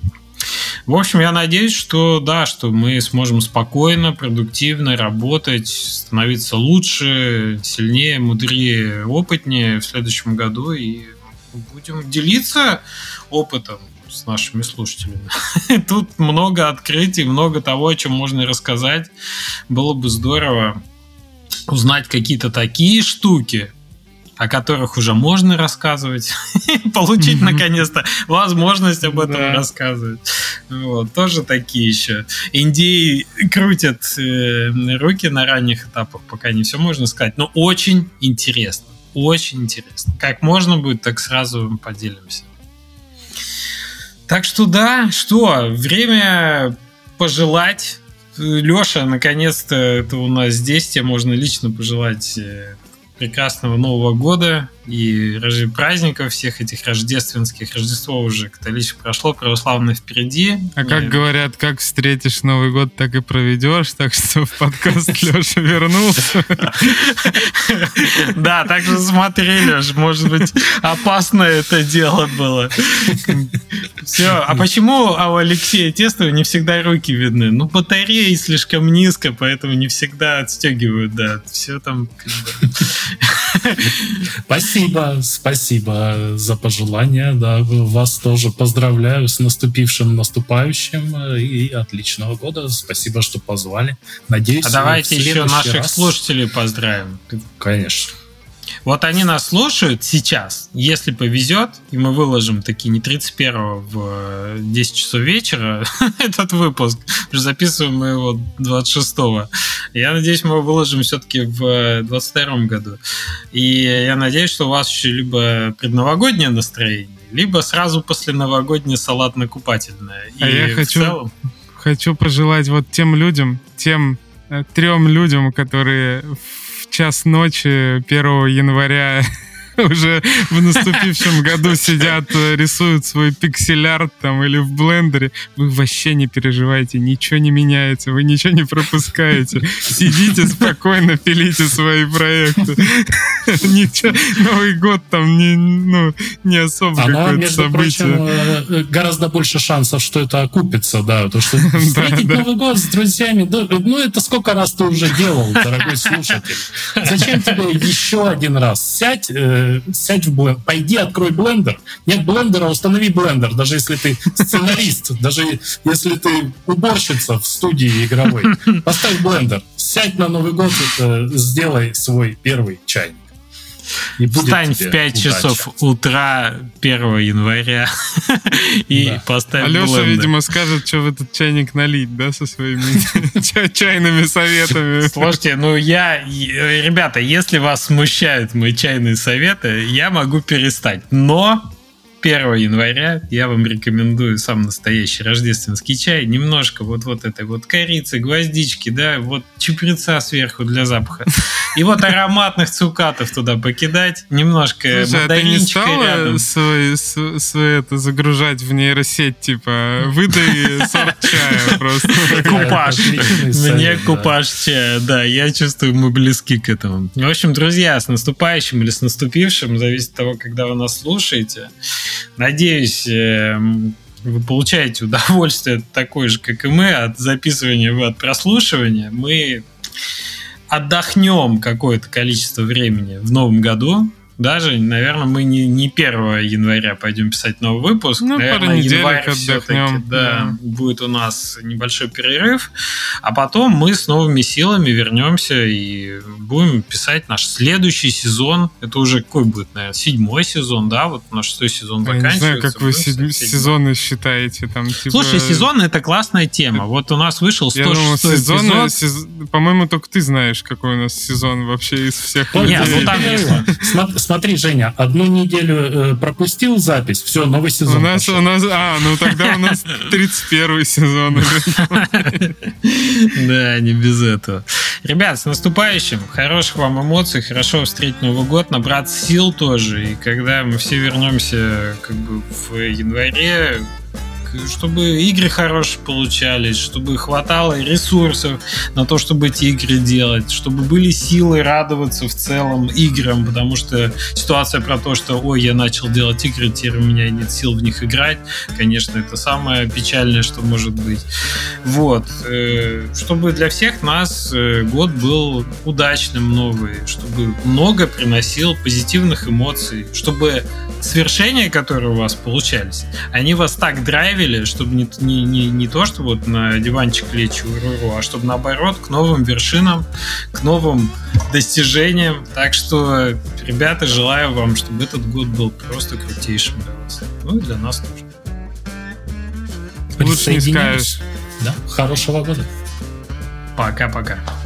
В общем, я надеюсь, что мы сможем спокойно, продуктивно работать, становиться лучше, сильнее, мудрее, опытнее в следующем году и будем делиться опытом с нашими слушателями. Тут много открытий, много того, о чем можно рассказать. Было бы здорово узнать какие-то такие штуки, о которых уже можно рассказывать, получить наконец-то возможность об этом рассказывать. Тоже такие еще. Индии крутят руки на ранних этапах, пока не все можно сказать, но очень интересно. Очень интересно. Как можно будет, так сразу поделимся. Так что время пожелать. Леша, наконец-то это у нас здесь, тебе можно лично пожелать прекрасного Нового года и праздников всех этих рождественских. Рождество уже католическое прошло, православное впереди. А как говорят, как встретишь Новый год, так и проведешь. Так что в подкаст Леша вернулся. Да, так что смотри, Леш, может быть, опасное это дело было. Все. А почему у Алексея Тестова не всегда руки видны? Батареи слишком низко, поэтому не всегда отстегивают, Все там... Спасибо за пожелания. Вас тоже поздравляю с наступающим и отличного года. Спасибо, что позвали. Надеюсь, давайте еще наших слушателей поздравим. Конечно. Они нас слушают сейчас, если повезет, и мы выложим таки не 31-го в 10 часов вечера этот выпуск, уже записываем мы его 26-го. Я надеюсь, мы его выложим все-таки в 22-м году. И я надеюсь, что у вас еще либо предновогоднее настроение, либо сразу после новогоднее салатно-купательное. Я хочу пожелать тем 3 людям, которые в час ночи 1 января уже в наступившем году сидят, рисуют свой пиксель-арт или в блендере. Вы вообще не переживайте, ничего не меняется, вы ничего не пропускаете. Сидите спокойно, пилите свои проекты. Ничего, Новый год не особо какое-то событие. Прочим, гораздо больше шансов, что это окупится, потому что встретить Новый год с друзьями, это сколько раз ты уже делал, дорогой слушатель. Зачем тебе еще один раз? Сядь в блендер, пойди открой блендер. Нет блендера, установи блендер, даже если ты сценарист, даже если ты уборщица в студии игровой. Поставь блендер, сядь на Новый год, сделай свой первый чайник. Встань в 5 часов утра 1 января и поставь блендер. Алеша, видимо, скажет, что в этот чайник налить, со своими чайными советами. Слушайте, ребята, если вас смущают мои чайные советы, я могу перестать. Но 1 января я вам рекомендую сам настоящий рождественский чай. Немножко этой корицы, гвоздички, чабреца сверху для запаха. И ароматных цукатов туда покидать. Немножко мандаринчика рядом. Свой загружать в нейросеть, выдай сорт чая просто. Купаж. Мне купаж чая, я чувствую, мы близки к этому. В общем, друзья, с наступающим или с наступившим, зависит от того, когда вы нас слушаете. Надеюсь, вы получаете удовольствие такое же, как и мы, от записывания и от прослушивания, мы отдохнем какое-то количество времени в новом году. Даже, наверное, мы не 1 января пойдем писать новый выпуск. Наверное, январь все-таки, да, будет у нас небольшой перерыв. А потом мы с новыми силами вернемся и будем писать наш следующий сезон. Это уже какой будет, наверное, 7-й сезон, да? Вот наш 6-й сезон заканчивается. Я не знаю, как вы сезоны считаете. Там, типа... Слушай, сезон — это классная тема. Вот у нас вышел 106-й эпизод. По-моему, только ты знаешь, какой у нас сезон вообще из всех людей. Нет, ну там есть... Смотри, Женя, одну неделю пропустил запись, все, новый сезон. Ну тогда у нас 31-й сезон. Да, не без этого. Ребят, с наступающим, хороших вам эмоций, хорошо встретить Новый год, набраться сил тоже. И когда мы все вернемся как бы в январе, чтобы игры хорошие получались, чтобы хватало ресурсов на то, чтобы эти игры делать, чтобы были силы радоваться в целом играм, потому что ситуация про то, что ой, я начал делать игры, теперь у меня нет сил в них играть, конечно, это самое печальное, что может быть. Вот. Чтобы для всех нас год был удачным новый, чтобы много приносил позитивных эмоций, чтобы свершения, которые у вас получались, они вас так драйвили, чтобы не то, что вот на диванчик лечь, а чтобы наоборот к новым вершинам, к новым достижениям. Так что, ребята, желаю вам, чтобы этот год был просто крутейшим для вас. Ну и для нас тоже. Лучше не скажешь. Да? Хорошего года. Пока-пока.